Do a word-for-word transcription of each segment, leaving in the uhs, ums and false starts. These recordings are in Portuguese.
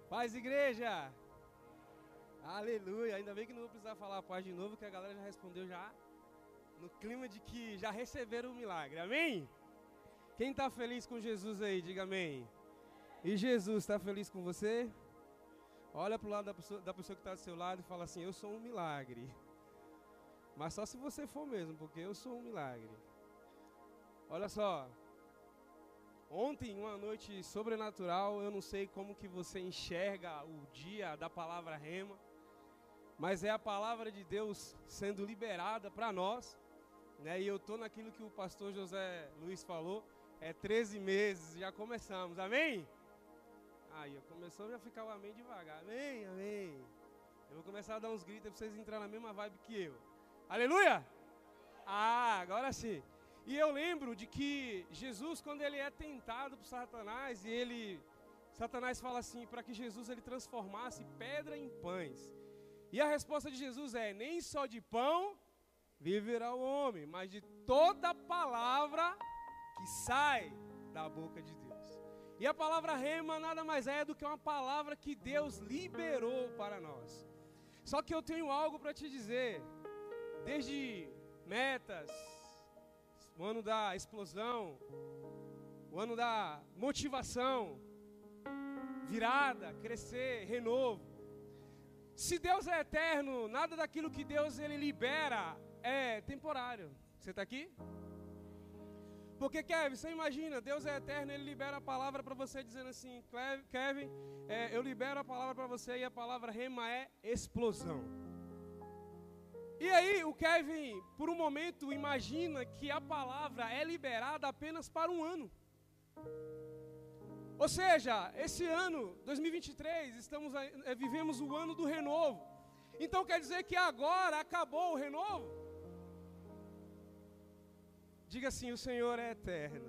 Paz, igreja! Aleluia! Ainda bem que não vou precisar falar paz de novo, que a galera já respondeu já no clima de que já receberam o milagre. Amém? Quem está feliz com Jesus aí, diga amém. E Jesus está feliz com você? Olha para o lado da pessoa, da pessoa que está do seu lado e fala assim, eu sou um milagre. Mas só se você for mesmo, porque eu sou um milagre. Olha só. Ontem, uma noite sobrenatural, eu não sei como que você enxerga o dia da palavra rema, mas é a palavra de Deus sendo liberada para nós, né? E eu estou naquilo que o pastor José Luiz falou, é treze meses, já começamos, amém? Aí, começou a já ficar o amém devagar, amém, amém. Eu vou começar a dar uns gritos para vocês entrarem na mesma vibe que eu. Aleluia! Ah, agora sim. E eu lembro de que Jesus, quando ele é tentado por Satanás, e ele, Satanás fala assim, para que Jesus ele transformasse pedra em pães. E a resposta de Jesus é, nem só de pão viverá o homem, mas de toda palavra que sai da boca de Deus. E a palavra rema nada mais é do que uma palavra que Deus liberou para nós. Só que eu tenho algo para te dizer, desde metas, o ano da explosão, o ano da motivação, virada, crescer, renovo. Se Deus é eterno, nada daquilo que Deus ele libera é temporário. Você está aqui? Porque, Kevin, você imagina, Deus é eterno, ele libera a palavra para você dizendo assim, Kevin, é, eu libero a palavra para você e a palavra rema é explosão. E aí o Kevin, por um momento, imagina que a palavra é liberada apenas para um ano. Ou seja, esse ano, dois mil e vinte e três, estamos, é, vivemos o ano do renovo. Então quer dizer que agora acabou o renovo? Diga assim, o Senhor é eterno.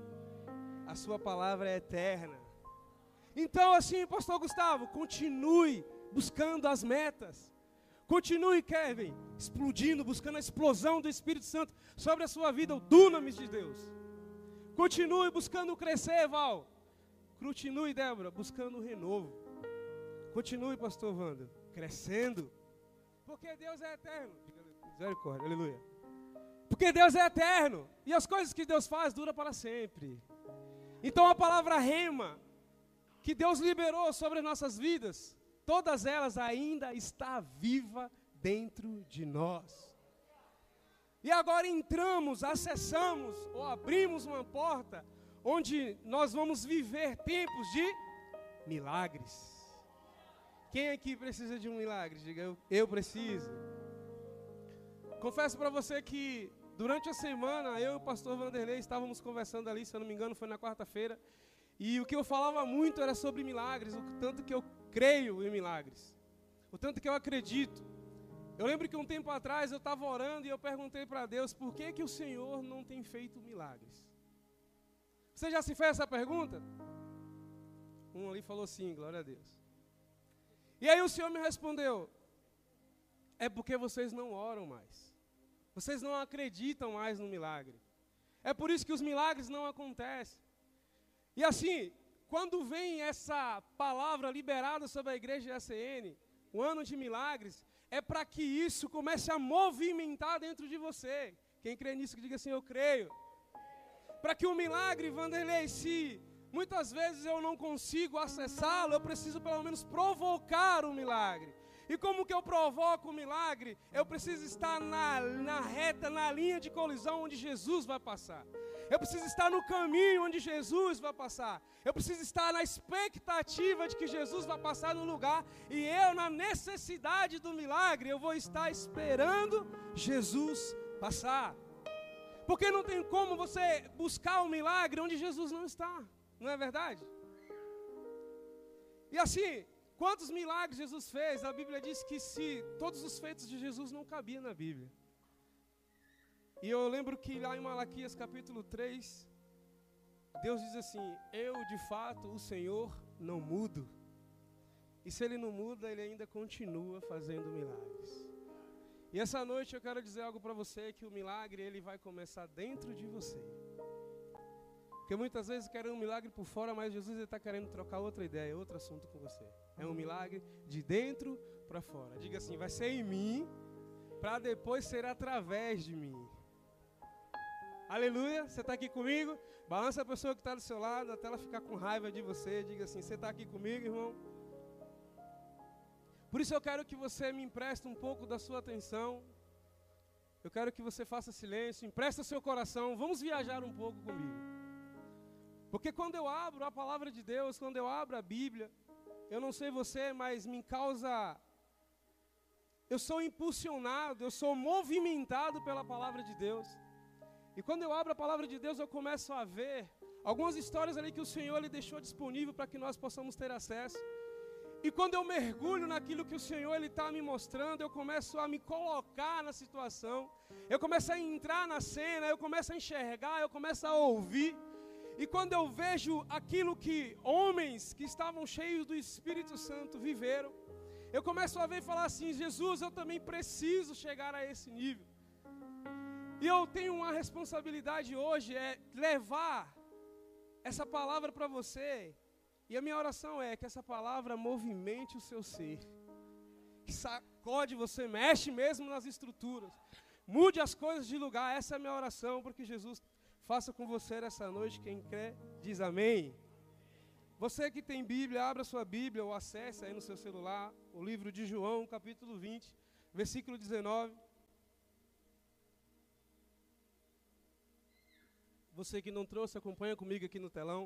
A sua palavra é eterna. Então assim, pastor Gustavo, continue buscando as metas. Continue, Kevin, explodindo, buscando a explosão do Espírito Santo sobre a sua vida, o dunamis de Deus. Continue buscando crescer, Val. Continue, Débora, buscando o renovo. Continue, pastor Wanda, crescendo. Porque Deus é eterno. Misericórdia, aleluia. Porque Deus é eterno. E as coisas que Deus faz duram para sempre. Então a palavra rema, que Deus liberou sobre as nossas vidas, todas elas ainda está viva dentro de nós. E agora entramos, acessamos ou abrimos uma porta onde nós vamos viver tempos de milagres. Quem aqui precisa de um milagre? Diga, eu, eu preciso. Confesso para você que durante a semana eu e o pastor Vanderlei estávamos conversando ali, se eu não me engano foi na quarta-feira, e o que eu falava muito era sobre milagres, o tanto que eu creio em milagres, o tanto que eu acredito. Eu lembro que um tempo atrás eu estava orando e eu perguntei para Deus, por que que o Senhor não tem feito milagres? Você já se fez essa pergunta? Um ali falou sim, glória a Deus. E aí o Senhor me respondeu, é porque vocês não oram mais, vocês não acreditam mais no milagre, é por isso que os milagres não acontecem. E assim, quando vem essa palavra liberada sobre a igreja de A C N, o ano de milagres, é para que isso comece a movimentar dentro de você. Quem crê nisso, que diga assim, eu creio. Para que o milagre, Vanderlei, se muitas vezes eu não consigo acessá-lo, eu preciso pelo menos provocar o milagre. E como que eu provoco o milagre? Eu preciso estar na, na reta, na linha de colisão onde Jesus vai passar. Eu preciso estar no caminho onde Jesus vai passar. Eu preciso estar na expectativa de que Jesus vai passar no lugar. E eu, na necessidade do milagre, eu vou estar esperando Jesus passar. Porque não tem como você buscar um milagre onde Jesus não está. Não é verdade? E assim, quantos milagres Jesus fez? A Bíblia diz que se todos os feitos de Jesus não cabiam na Bíblia. E eu lembro que lá em Malaquias capítulo três, Deus diz assim, eu de fato, o Senhor, não mudo. E se Ele não muda, Ele ainda continua fazendo milagres. E essa noite eu quero dizer algo para você, que o milagre ele vai começar dentro de você. Porque muitas vezes querem um milagre por fora, mas Jesus está querendo trocar outra ideia, outro assunto com você. É um milagre de dentro para fora. Diga assim, vai ser em mim, para depois ser através de mim. Aleluia, você está aqui comigo? Balança a pessoa que está do seu lado, até ela ficar com raiva de você. Diga assim, você está aqui comigo, irmão? Por isso eu quero que você me empreste um pouco da sua atenção. Eu quero que você faça silêncio, empresta seu coração. Vamos viajar um pouco comigo. Porque quando eu abro a palavra de Deus, quando eu abro a Bíblia, eu não sei você, mas me causa... Eu sou impulsionado, eu sou movimentado pela palavra de Deus. E quando eu abro a palavra de Deus, eu começo a ver algumas histórias ali que o Senhor ele deixou disponível para que nós possamos ter acesso. E quando eu mergulho naquilo que o Senhor ele está me mostrando, eu começo a me colocar na situação, eu começo a entrar na cena, eu começo a enxergar, eu começo a ouvir. E quando eu vejo aquilo que homens que estavam cheios do Espírito Santo viveram, eu começo a ver e falar assim, Jesus, eu também preciso chegar a esse nível. E eu tenho uma responsabilidade hoje, é levar essa palavra para você. E a minha oração é que essa palavra movimente o seu ser. Que sacode você, mexe mesmo nas estruturas. Mude as coisas de lugar, essa é a minha oração, porque Jesus faça com você essa noite, quem crê, diz amém. Você que tem Bíblia, abra sua Bíblia ou acesse aí no seu celular o livro de João, capítulo vinte, versículo dezenove. Você que não trouxe, acompanha comigo aqui no telão.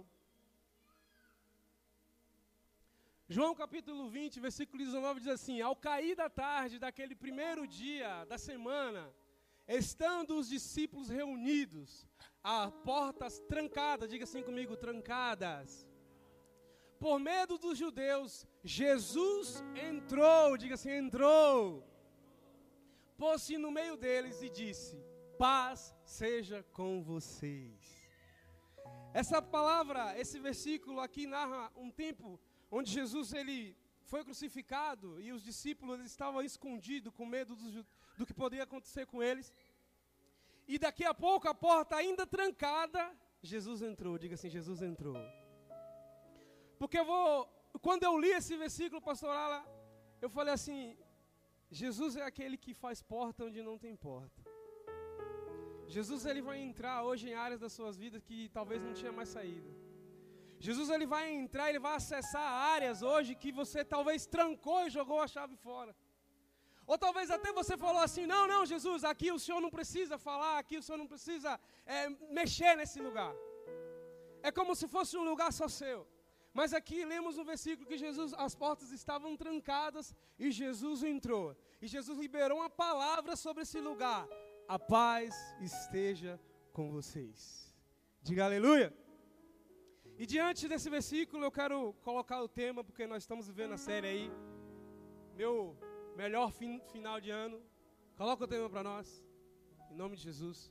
João capítulo vinte, versículo dezenove diz assim, ao cair da tarde daquele primeiro dia da semana, estando os discípulos reunidos, a portas trancadas, diga assim comigo, trancadas, por medo dos judeus, Jesus entrou, diga assim, entrou, pôs-se no meio deles e disse, paz seja com vocês. Essa palavra, esse versículo aqui narra um tempo onde Jesus ele foi crucificado e os discípulos estavam escondidos com medo do, do que poderia acontecer com eles. E daqui a pouco a porta ainda trancada, Jesus entrou, diga assim, Jesus entrou. Porque eu vou, quando eu li esse versículo, pastor Ala, eu falei assim, Jesus é aquele que faz porta onde não tem porta. Jesus ele vai entrar hoje em áreas das suas vidas que talvez não tinha mais saída. Jesus ele vai entrar, ele vai acessar áreas hoje que você talvez trancou e jogou a chave fora. Ou talvez até você falou assim, não, não Jesus, aqui o Senhor não precisa falar, aqui o Senhor não precisa é, mexer nesse lugar. É como se fosse um lugar só seu. Mas aqui lemos um versículo que Jesus, as portas estavam trancadas e Jesus entrou. E Jesus liberou uma palavra sobre esse lugar. A paz esteja com vocês. Diga aleluia. E diante desse versículo eu quero colocar o tema, porque nós estamos vivendo a série aí. Meu melhor fin, final de ano. Coloca o tema para nós. Em nome de Jesus.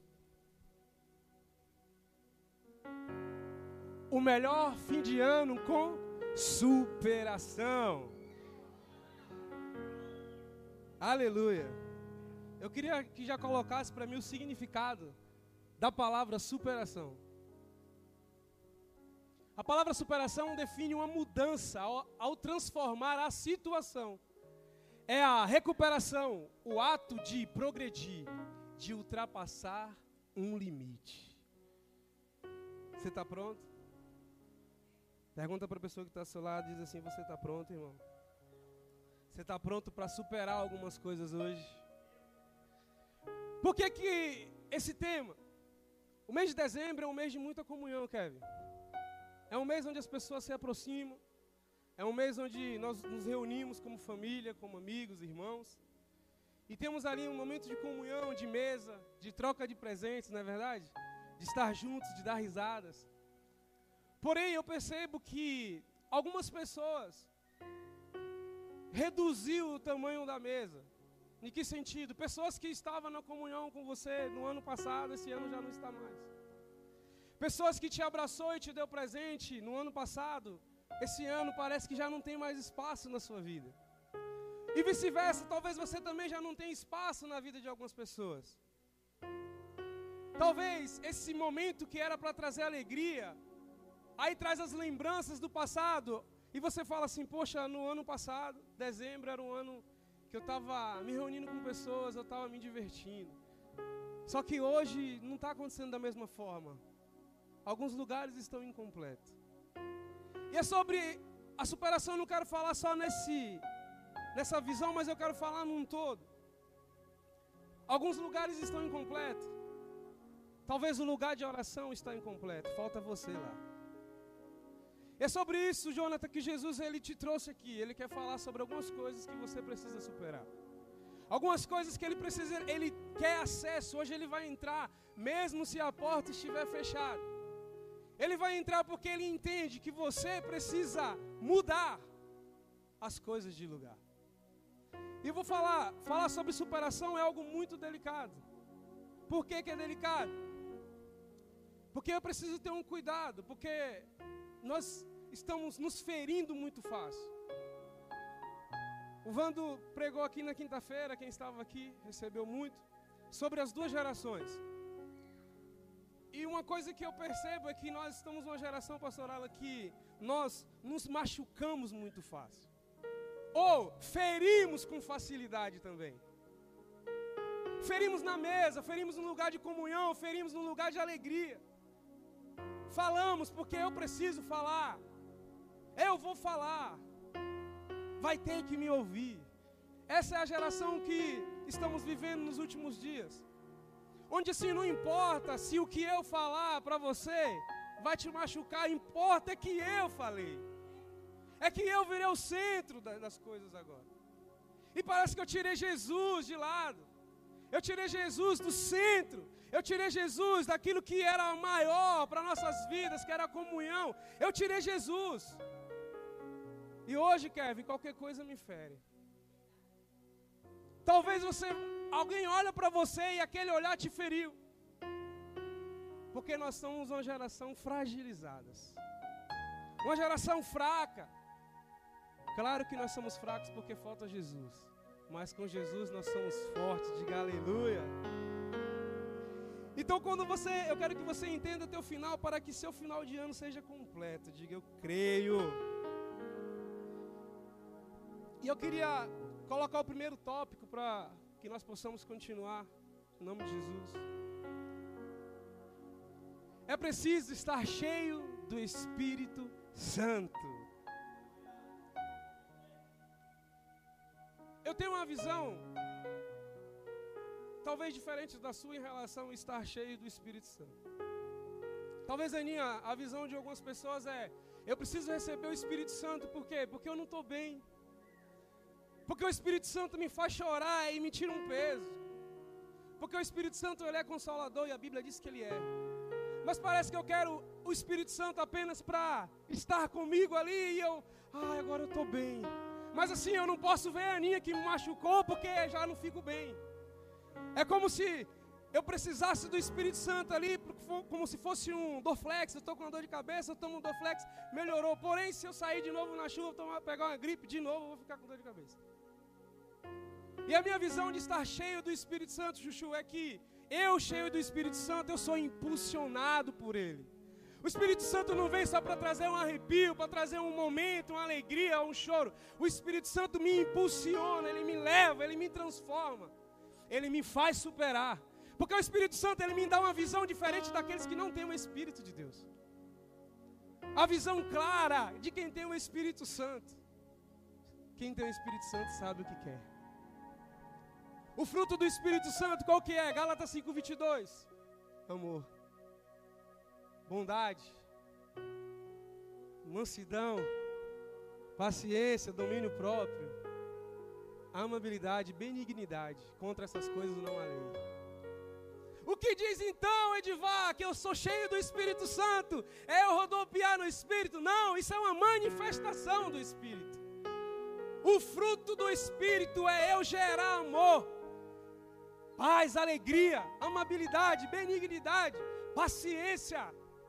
O melhor fim de ano com superação. Aleluia. Eu queria que já colocasse para mim o significado da palavra superação. A palavra superação define uma mudança ao, ao transformar a situação. É a recuperação, o ato de progredir, de ultrapassar um limite. Você está pronto? Pergunta para a pessoa que está ao seu lado, diz assim, você está pronto, irmão? Você está pronto para superar algumas coisas hoje? Por que que esse tema? O mês de dezembro é um mês de muita comunhão, Kevin. É um mês onde as pessoas se aproximam. É um mês onde nós nos reunimos como família, como amigos, irmãos. E temos ali um momento de comunhão, de mesa, de troca de presentes, não é verdade? De estar juntos, de dar risadas. Porém, eu percebo que algumas pessoas reduziu o tamanho da mesa. Em que sentido? Pessoas que estavam na comunhão com você no ano passado, esse ano já não está mais. Pessoas que te abraçou e te deu presente no ano passado, esse ano parece que já não tem mais espaço na sua vida. E vice-versa, talvez você também já não tenha espaço na vida de algumas pessoas. Talvez esse momento que era para trazer alegria, aí traz as lembranças do passado, e você fala assim, poxa, no ano passado, dezembro era um ano que eu estava me reunindo com pessoas, eu estava me divertindo. Só que hoje não está acontecendo da mesma forma. Alguns lugares estão incompletos. E é sobre a superação, eu não quero falar só nesse, nessa visão, mas eu quero falar num todo. Alguns lugares estão incompletos. Talvez o lugar de oração está incompleto, falta você lá. É sobre isso, Jonathan, que Jesus ele te trouxe aqui. Ele quer falar sobre algumas coisas que você precisa superar. Algumas coisas que ele precisa, ele quer acesso. Hoje ele vai entrar, mesmo se a porta estiver fechada. Ele vai entrar porque ele entende que você precisa mudar as coisas de lugar. E eu vou falar, falar sobre superação é algo muito delicado. Por que que é delicado? Porque eu preciso ter um cuidado, porque nós estamos nos ferindo muito fácil. O Vando pregou aqui na quinta-feira, quem estava aqui recebeu muito, sobre as duas gerações. E uma coisa que eu percebo é que nós estamos numa geração pastoral que nós nos machucamos muito fácil. Ou ferimos com facilidade também. Ferimos na mesa, ferimos no lugar de comunhão, ferimos no lugar de alegria. Falamos porque eu preciso falar. Eu vou falar. Vai ter que me ouvir. Essa é a geração que estamos vivendo nos últimos dias. Onde assim não importa se o que eu falar para você vai te machucar, importa é que eu falei. É que eu virei o centro das coisas agora. E parece que eu tirei Jesus de lado. Eu tirei Jesus do centro. Eu tirei Jesus daquilo que era maior para nossas vidas, que era a comunhão. Eu tirei Jesus. E hoje, Kevin, qualquer coisa me fere. Talvez você, alguém olha para você e aquele olhar te feriu. Porque nós somos uma geração fragilizada. Uma geração fraca. Claro que nós somos fracos porque falta Jesus. Mas com Jesus nós somos fortes. Diga aleluia. Então quando você, eu quero que você entenda teu final para que seu final de ano seja completo. Diga eu creio. E eu queria colocar o primeiro tópico para que nós possamos continuar. Em nome de Jesus. É preciso estar cheio do Espírito Santo. Eu tenho uma visão, talvez diferente da sua em relação a estar cheio do Espírito Santo. Talvez, Aninha, a visão de algumas pessoas é, eu preciso receber o Espírito Santo, por quê? Porque eu não estou bem. Porque o Espírito Santo me faz chorar e me tira um peso. Porque o Espírito Santo ele é consolador e a Bíblia diz que ele é. Mas parece que eu quero o Espírito Santo apenas para estar comigo ali e eu, ah, agora eu estou bem. Mas assim, eu não posso ver a Aninha que me machucou porque já não fico bem. É como se eu precisasse do Espírito Santo ali, como se fosse um Dorflex. Eu estou com uma dor de cabeça, eu tomo um Dorflex, melhorou. Porém, se eu sair de novo na chuva, tomar, pegar uma gripe de novo, eu vou ficar com dor de cabeça. E a minha visão de estar cheio do Espírito Santo, Chuchu, é que eu, cheio do Espírito Santo, eu sou impulsionado por Ele. O Espírito Santo não vem só para trazer um arrepio, para trazer um momento, uma alegria, um choro. O Espírito Santo me impulsiona, Ele me leva, Ele me transforma. Ele me faz superar. Porque o Espírito Santo, Ele me dá uma visão diferente daqueles que não têm o Espírito de Deus. A visão clara de quem tem o Espírito Santo. Quem tem o Espírito Santo sabe o que quer. O fruto do Espírito Santo, qual que é? Gálatas cinco, vinte e dois. Amor. Bondade, mansidão, paciência, domínio próprio, amabilidade, benignidade. Contra essas coisas não há lei. O que diz então, Edivar, que eu sou cheio do Espírito Santo? É eu rodopiar no Espírito? Não, isso é uma manifestação do Espírito. O fruto do Espírito é eu gerar amor, paz, alegria, amabilidade, benignidade, paciência.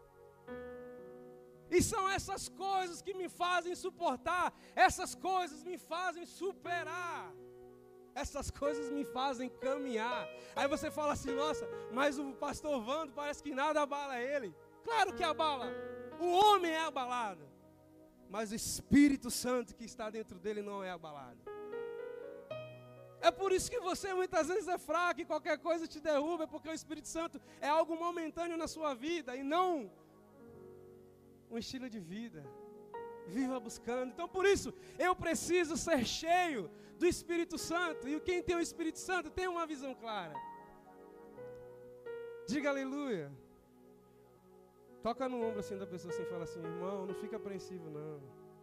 E são essas coisas que me fazem suportar, essas coisas me fazem superar. Essas coisas me fazem caminhar. Aí você fala assim, nossa, mas o pastor Vando parece que nada abala ele. Claro que abala. O homem é abalado. Mas o Espírito Santo que está dentro dele não é abalado. É por isso que você muitas vezes é fraco e qualquer coisa te derruba, porque o Espírito Santo é algo momentâneo na sua vida e não um estilo de vida. Viva buscando. Então por isso eu preciso ser cheio do Espírito Santo. E quem tem o Espírito Santo tem uma visão clara. Diga aleluia. Toca no ombro assim da pessoa assim e fala assim, irmão, não fica apreensivo não.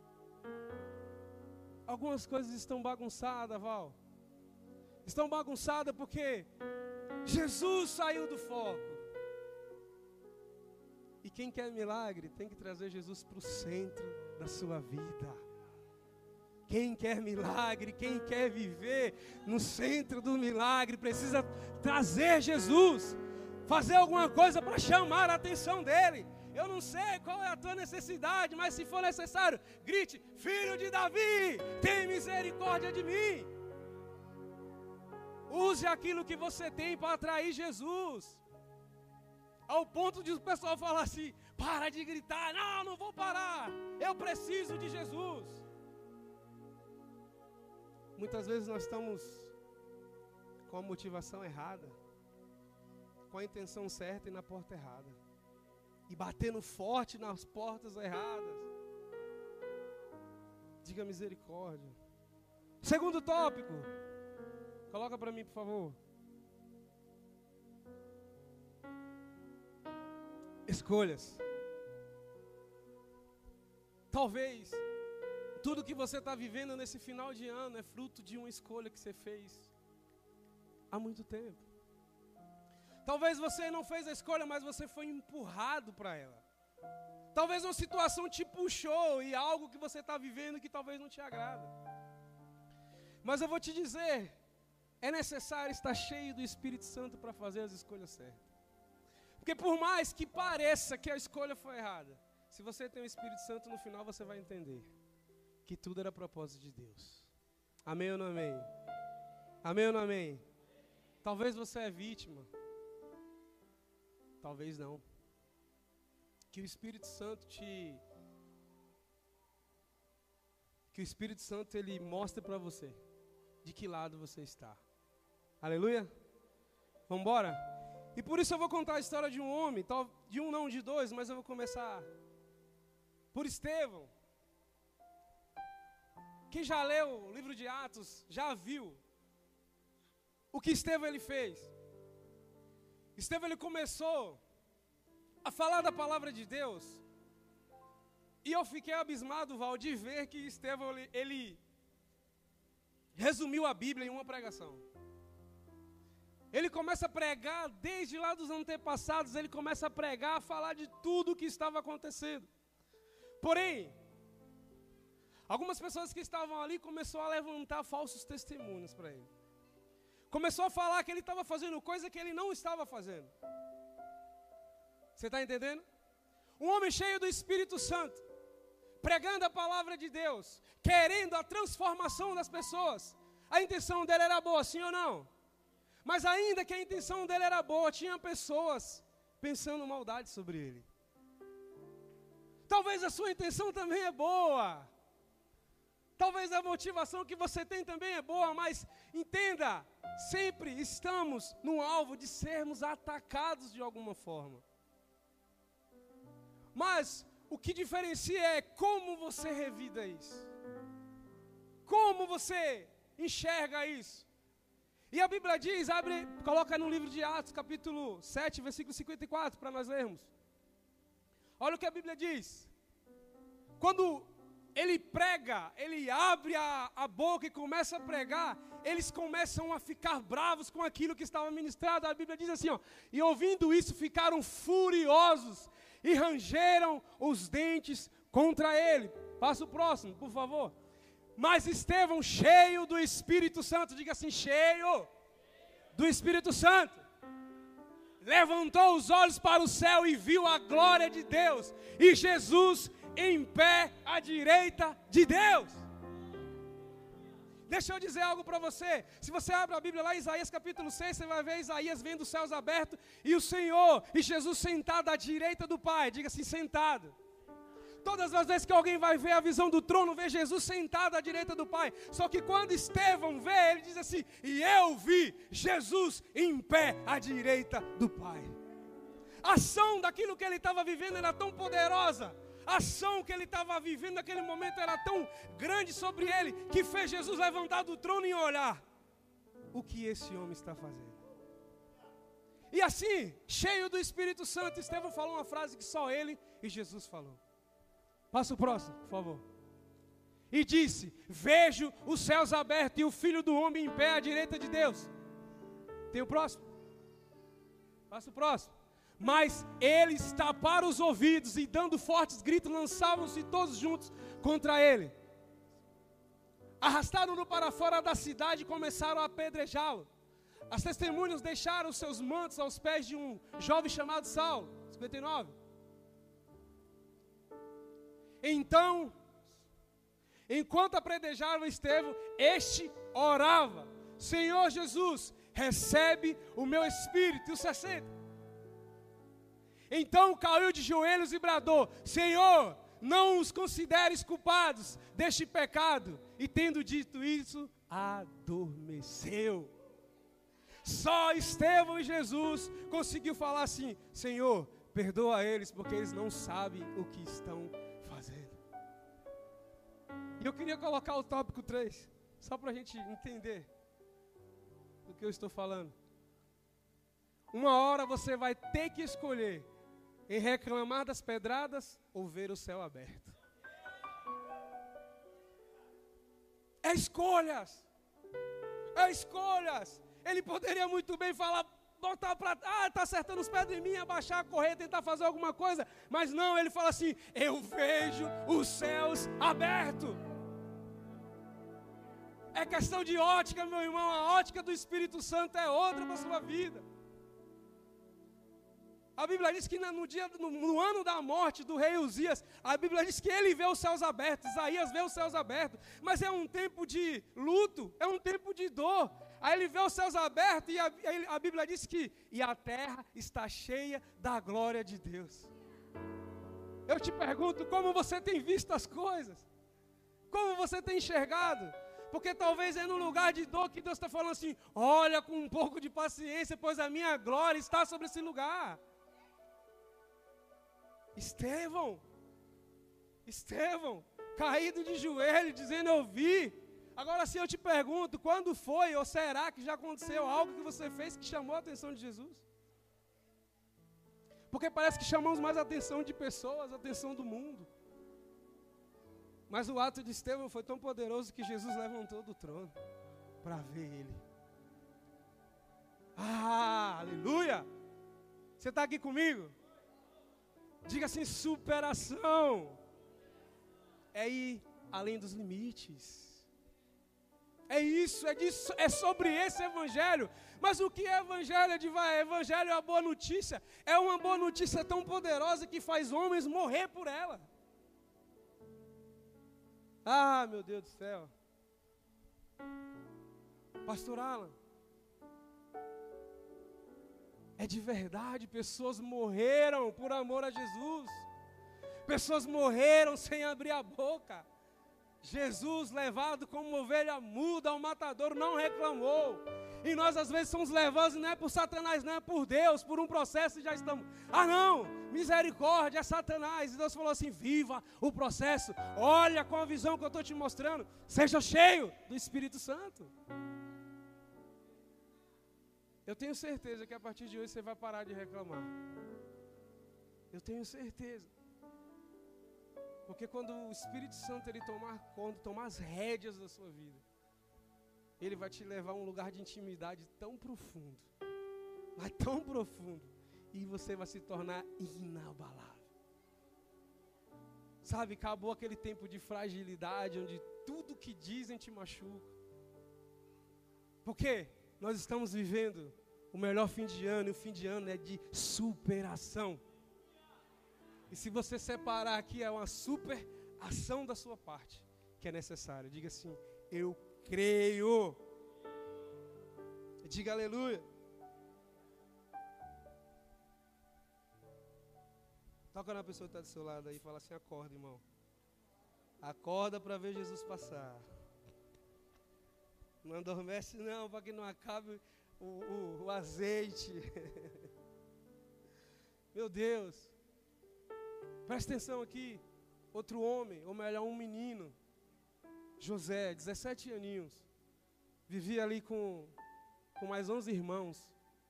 Algumas coisas estão bagunçadas, Val. Estão bagunçadas porque Jesus saiu do foco. E quem quer milagre tem que trazer Jesus para o centro da sua vida. Quem quer milagre, quem quer viver no centro do milagre, precisa trazer Jesus. Fazer alguma coisa para chamar a atenção dele. Eu não sei qual é a tua necessidade, mas se for necessário, grite, filho de Davi, tem misericórdia de mim. Use aquilo que você tem para atrair Jesus. Ao ponto de o pessoal falar assim, para de gritar, não, não vou parar, eu preciso de Jesus. Muitas vezes nós estamos com a motivação errada, com a intenção certa e na porta errada. E batendo forte nas portas erradas. Diga misericórdia. Segundo tópico. Coloca para mim, por favor. Escolhas. Talvez tudo que você está vivendo nesse final de ano é fruto de uma escolha que você fez há muito tempo. Talvez você não fez a escolha, mas você foi empurrado para ela. Talvez uma situação te puxou e algo que você está vivendo que talvez não te agrada. Mas eu vou te dizer, é necessário estar cheio do Espírito Santo para fazer as escolhas certas. Porque por mais que pareça que a escolha foi errada, se você tem o Espírito Santo no final você vai entender que tudo era propósito de Deus. Amém ou não amém? Amém ou não amém? Talvez você é vítima. Talvez não. Que o Espírito Santo te... Que o Espírito Santo, ele mostre para você de que lado você está. Aleluia? Vamos embora? E por isso eu vou contar a história de um homem, de um não, de dois, mas eu vou começar por Estevão. Quem já leu o livro de Atos, já viu o que Estevão ele fez. Estevão ele começou a falar da palavra de Deus. E eu fiquei abismado, Val, de ver que Estevão ele, ele resumiu a Bíblia em uma pregação. Ele começa a pregar desde lá dos antepassados, ele começa a pregar, a falar de tudo o que estava acontecendo. Porém, algumas pessoas que estavam ali começaram a levantar falsos testemunhos para ele. Começou a falar que ele estava fazendo coisa que ele não estava fazendo. Você está entendendo? Um homem cheio do Espírito Santo, pregando a palavra de Deus, querendo a transformação das pessoas. A intenção dele era boa, sim ou não? Mas ainda que a intenção dele era boa, tinha pessoas pensando maldade sobre ele. Talvez a sua intenção também é boa. Talvez a motivação que você tem também é boa, mas entenda, sempre estamos no alvo de sermos atacados de alguma forma. Mas o que diferencia é como você revida isso. Como você enxerga isso. E a Bíblia diz, abre, coloca no livro de Atos, capítulo sete, versículo cinquenta e quatro, para nós lermos. Olha o que a Bíblia diz. Quando ele prega, ele abre a, a boca e começa a pregar, eles começam a ficar bravos com aquilo que estava ministrado. A Bíblia diz assim, ó, e ouvindo isso ficaram furiosos e rangeram os dentes contra ele. Passa o próximo, por favor. Mas Estevão, cheio do Espírito Santo, diga assim, cheio do Espírito Santo, levantou os olhos para o céu e viu a glória de Deus e Jesus em pé à direita de Deus. Deixa eu dizer algo para você. Se você abre a Bíblia lá em Isaías capítulo seis, você vai ver Isaías vendo os céus abertos e o Senhor e Jesus sentado à direita do Pai. Diga assim, sentado. Todas as vezes que alguém vai ver a visão do trono, vê Jesus sentado à direita do Pai. Só que quando Estevão vê, ele diz assim, e eu vi Jesus em pé à direita do Pai. A ação daquilo que ele estava vivendo era tão poderosa. A ação que ele estava vivendo naquele momento era tão grande sobre ele, que fez Jesus levantar do trono e olhar o que esse homem está fazendo. E assim, cheio do Espírito Santo, Estevão falou uma frase que só ele e Jesus falou. Passa o próximo, por favor. E disse, vejo os céus abertos e o Filho do Homem em pé à direita de Deus. Tem o próximo? Passa o próximo. Mas eles taparam os ouvidos e dando fortes gritos, lançavam-se todos juntos contra ele. Arrastaram-no para fora da cidade e começaram a apedrejá-lo. As testemunhas deixaram seus mantos aos pés de um jovem chamado Saulo. cinquenta e nove. Então, enquanto apedrejavam Estevão, este orava, Senhor Jesus, recebe o meu espírito. E o sessenta. Então caiu de joelhos e bradou, Senhor, não os consideres culpados deste pecado. E tendo dito isso, adormeceu. Só Estevão e Jesus conseguiu falar assim, Senhor, perdoa eles porque eles não sabem o que estão fazendo. E eu queria colocar o tópico três, só para a gente entender do que eu estou falando. Uma hora você vai ter que escolher em reclamar das pedradas ou ver o céu aberto. É escolhas. É escolhas. Ele poderia muito bem falar, botar para, ah, está acertando os pés de mim, abaixar, correr, tentar fazer alguma coisa. Mas não, ele fala assim, eu vejo os céus abertos. É questão de ótica, meu irmão. A ótica do Espírito Santo é outra para a sua vida. A Bíblia diz que no, dia, no, no ano da morte do rei Uzias, a Bíblia diz que ele vê os céus abertos, Isaías vê os céus abertos, mas é um tempo de luto, é um tempo de dor. Aí ele vê os céus abertos e a, a Bíblia diz que e a terra está cheia da glória de Deus. Eu te pergunto, como você tem visto as coisas? Como você tem enxergado? Porque talvez é num lugar de dor que Deus está falando assim, olha com um pouco de paciência, pois a minha glória está sobre esse lugar. Estevão, Estevão, caído de joelho, dizendo eu vi. Agora sim eu te pergunto, quando foi ou será que já aconteceu algo que você fez que chamou a atenção de Jesus? Porque parece que chamamos mais a atenção de pessoas, a atenção do mundo. Mas o ato de Estevão foi tão poderoso que Jesus levantou do trono para ver ele. Ah, aleluia! Você está aqui comigo? Diga assim, superação. É ir além dos limites. É isso, é disso, é sobre esse evangelho. Mas o que é evangelho, Edivar? Evangelho é a boa notícia. É uma boa notícia tão poderosa que faz homens morrer por ela. Ah, meu Deus do céu. Pastor Alan, é de verdade, pessoas morreram por amor a Jesus. Pessoas morreram sem abrir a boca. Jesus, levado como ovelha muda ao matadouro, não reclamou. E nós às vezes somos levados, não é por Satanás, não é por Deus, por um processo e já estamos. Ah não, misericórdia, é Satanás. E Deus falou assim, viva o processo. Olha com a visão que eu estou te mostrando. Seja cheio do Espírito Santo. Eu tenho certeza que a partir de hoje você vai parar de reclamar. Eu tenho certeza. Porque quando o Espírito Santo ele tomar conta, tomar as rédeas da sua vida, ele vai te levar a um lugar de intimidade tão profundo, mas tão profundo, e você vai se tornar inabalável. Sabe, acabou aquele tempo de fragilidade, onde tudo que dizem te machuca. Porque nós estamos vivendo o melhor fim de ano, e o fim de ano é de superação. E se você separar aqui, é uma super ação da sua parte que é necessária. Diga assim, eu creio. Diga aleluia. Toca na pessoa que está do seu lado aí e fala assim: acorda, irmão. Acorda para ver Jesus passar. Não adormece não, para que não acabe o, o, o azeite. Meu Deus. Presta atenção aqui. Outro homem, ou melhor, um menino, José, dezessete aninhos, vivia ali com, com mais onze irmãos.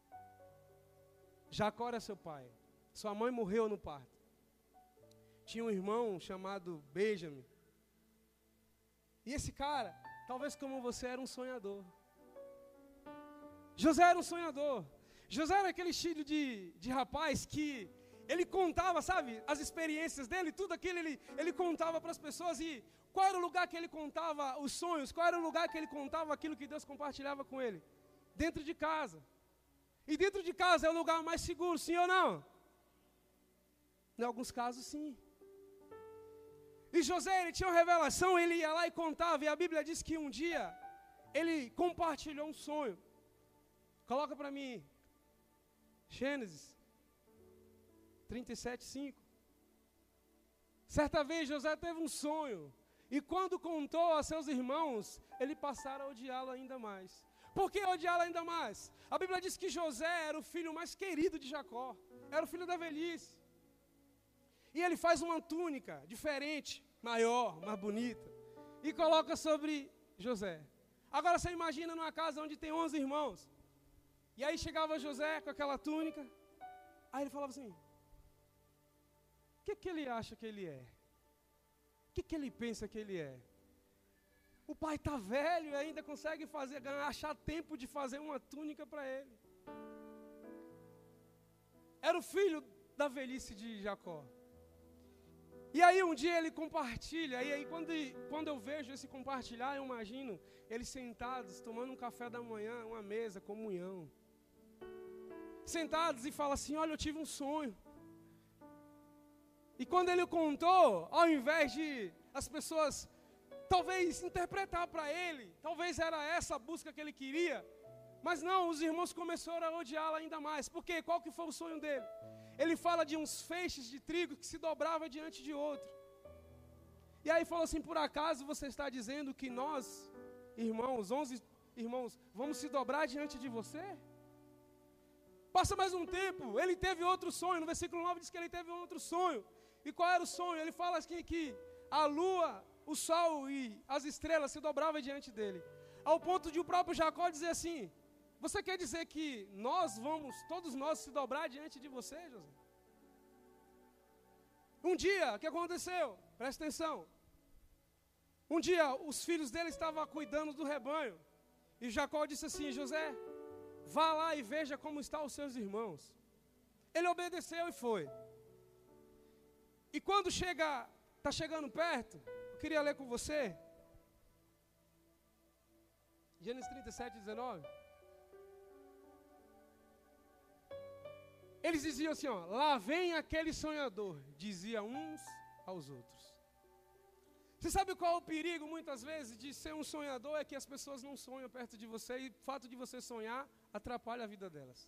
Jacó era seu pai. Sua mãe morreu no parto. Tinha um irmão chamado Benjamim. E esse cara, talvez como você, era um sonhador. José era um sonhador. José era aquele estilo de, de rapaz que ele contava, sabe, as experiências dele, tudo aquilo ele, ele contava para as pessoas. E qual era o lugar que ele contava os sonhos? Qual era o lugar que ele contava aquilo que Deus compartilhava com ele? Dentro de casa. E dentro de casa é o lugar mais seguro, sim ou não? Em alguns casos, sim. E José, ele tinha uma revelação, ele ia lá e contava. E a Bíblia diz que um dia ele compartilhou um sonho. Coloca para mim, Gênesis trinta e sete, cinco. Certa vez José teve um sonho, e quando contou a seus irmãos, eles passaram a odiá-lo ainda mais. Por que odiá-lo ainda mais? A Bíblia diz que José era o filho mais querido de Jacó, era o filho da velhice. E ele faz uma túnica diferente, maior, mais bonita, e coloca sobre José. Agora você imagina numa casa onde tem onze irmãos, e aí chegava José com aquela túnica, aí ele falava assim: o que, que ele acha que ele é? O que, que ele pensa que ele é? O pai está velho e ainda consegue fazer, achar tempo de fazer uma túnica para ele. Era o filho da velhice de Jacó. E aí um dia ele compartilha, e aí quando, quando eu vejo esse compartilhar, eu imagino eles sentados, tomando um café da manhã, uma mesa, comunhão. Sentados e fala assim: olha, eu tive um sonho. E quando ele contou, ao invés de as pessoas talvez interpretar para ele, talvez era essa a busca que ele queria, mas não, os irmãos começaram a odiá-lo ainda mais. Por quê? Qual que foi o sonho dele? Ele fala de uns feixes de trigo que se dobrava diante de outro. E aí falou assim: por acaso você está dizendo que nós, irmãos, onze irmãos, vamos se dobrar diante de você? Passa mais um tempo, ele teve outro sonho. No versículo nove diz que ele teve outro sonho. E qual era o sonho? Ele fala assim que a lua, o sol e as estrelas se dobravam diante dele. Ao ponto de o próprio Jacó dizer assim: você quer dizer que nós vamos, todos nós, se dobrar diante de você, José? Um dia, o que aconteceu? Presta atenção. Um dia, os filhos dele estavam cuidando do rebanho. E Jacó disse assim: José, vá lá e veja como estão os seus irmãos. Ele obedeceu e foi. E quando chega, está chegando perto, eu queria ler com você. Gênesis trinta e sete, dezenove. Eles diziam assim, ó: lá vem aquele sonhador, dizia uns aos outros. Você sabe qual é o perigo, muitas vezes, de ser um sonhador? É que as pessoas não sonham perto de você, e o fato de você sonhar atrapalha a vida delas.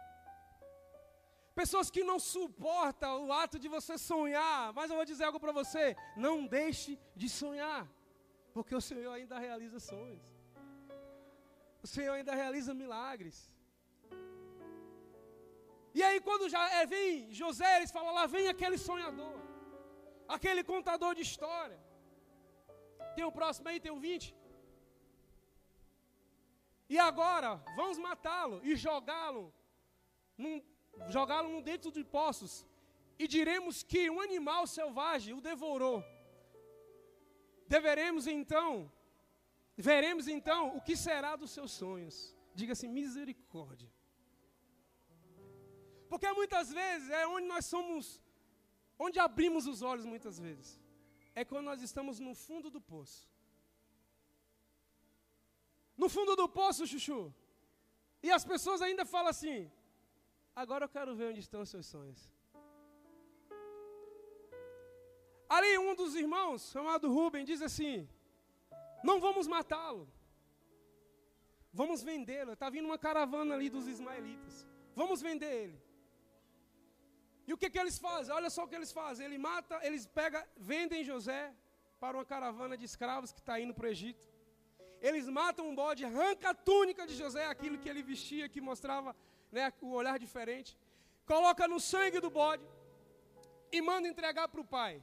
Pessoas que não suportam o ato de você sonhar, mas eu vou dizer algo para você: não deixe de sonhar, porque o Senhor ainda realiza sonhos. O Senhor ainda realiza milagres. E aí quando já é, vem José, eles falam: lá vem aquele sonhador, aquele contador de história. Tem o próximo aí, tem o vinte. E agora, vamos matá-lo e jogá-lo, num, jogá-lo dentro de poços. E diremos que um animal selvagem o devorou. Deveremos então, veremos então o que será dos seus sonhos. Diga-se misericórdia. Porque muitas vezes é onde nós somos, onde abrimos os olhos muitas vezes. É quando nós estamos no fundo do poço. No fundo do poço, chuchu. E as pessoas ainda falam assim: agora eu quero ver onde estão os seus sonhos. Ali um dos irmãos, chamado Rubem, diz assim: não vamos matá-lo. Vamos vendê-lo. Está vindo uma caravana ali dos ismaelitas. Vamos vender ele. E o que, que eles fazem? Olha só o que eles fazem. Ele mata, eles pegam, vendem José para uma caravana de escravos que está indo para o Egito. Eles matam um bode, arrancam a túnica de José, aquilo que ele vestia, que mostrava, né, o olhar diferente. Coloca no sangue do bode e manda entregar para o pai.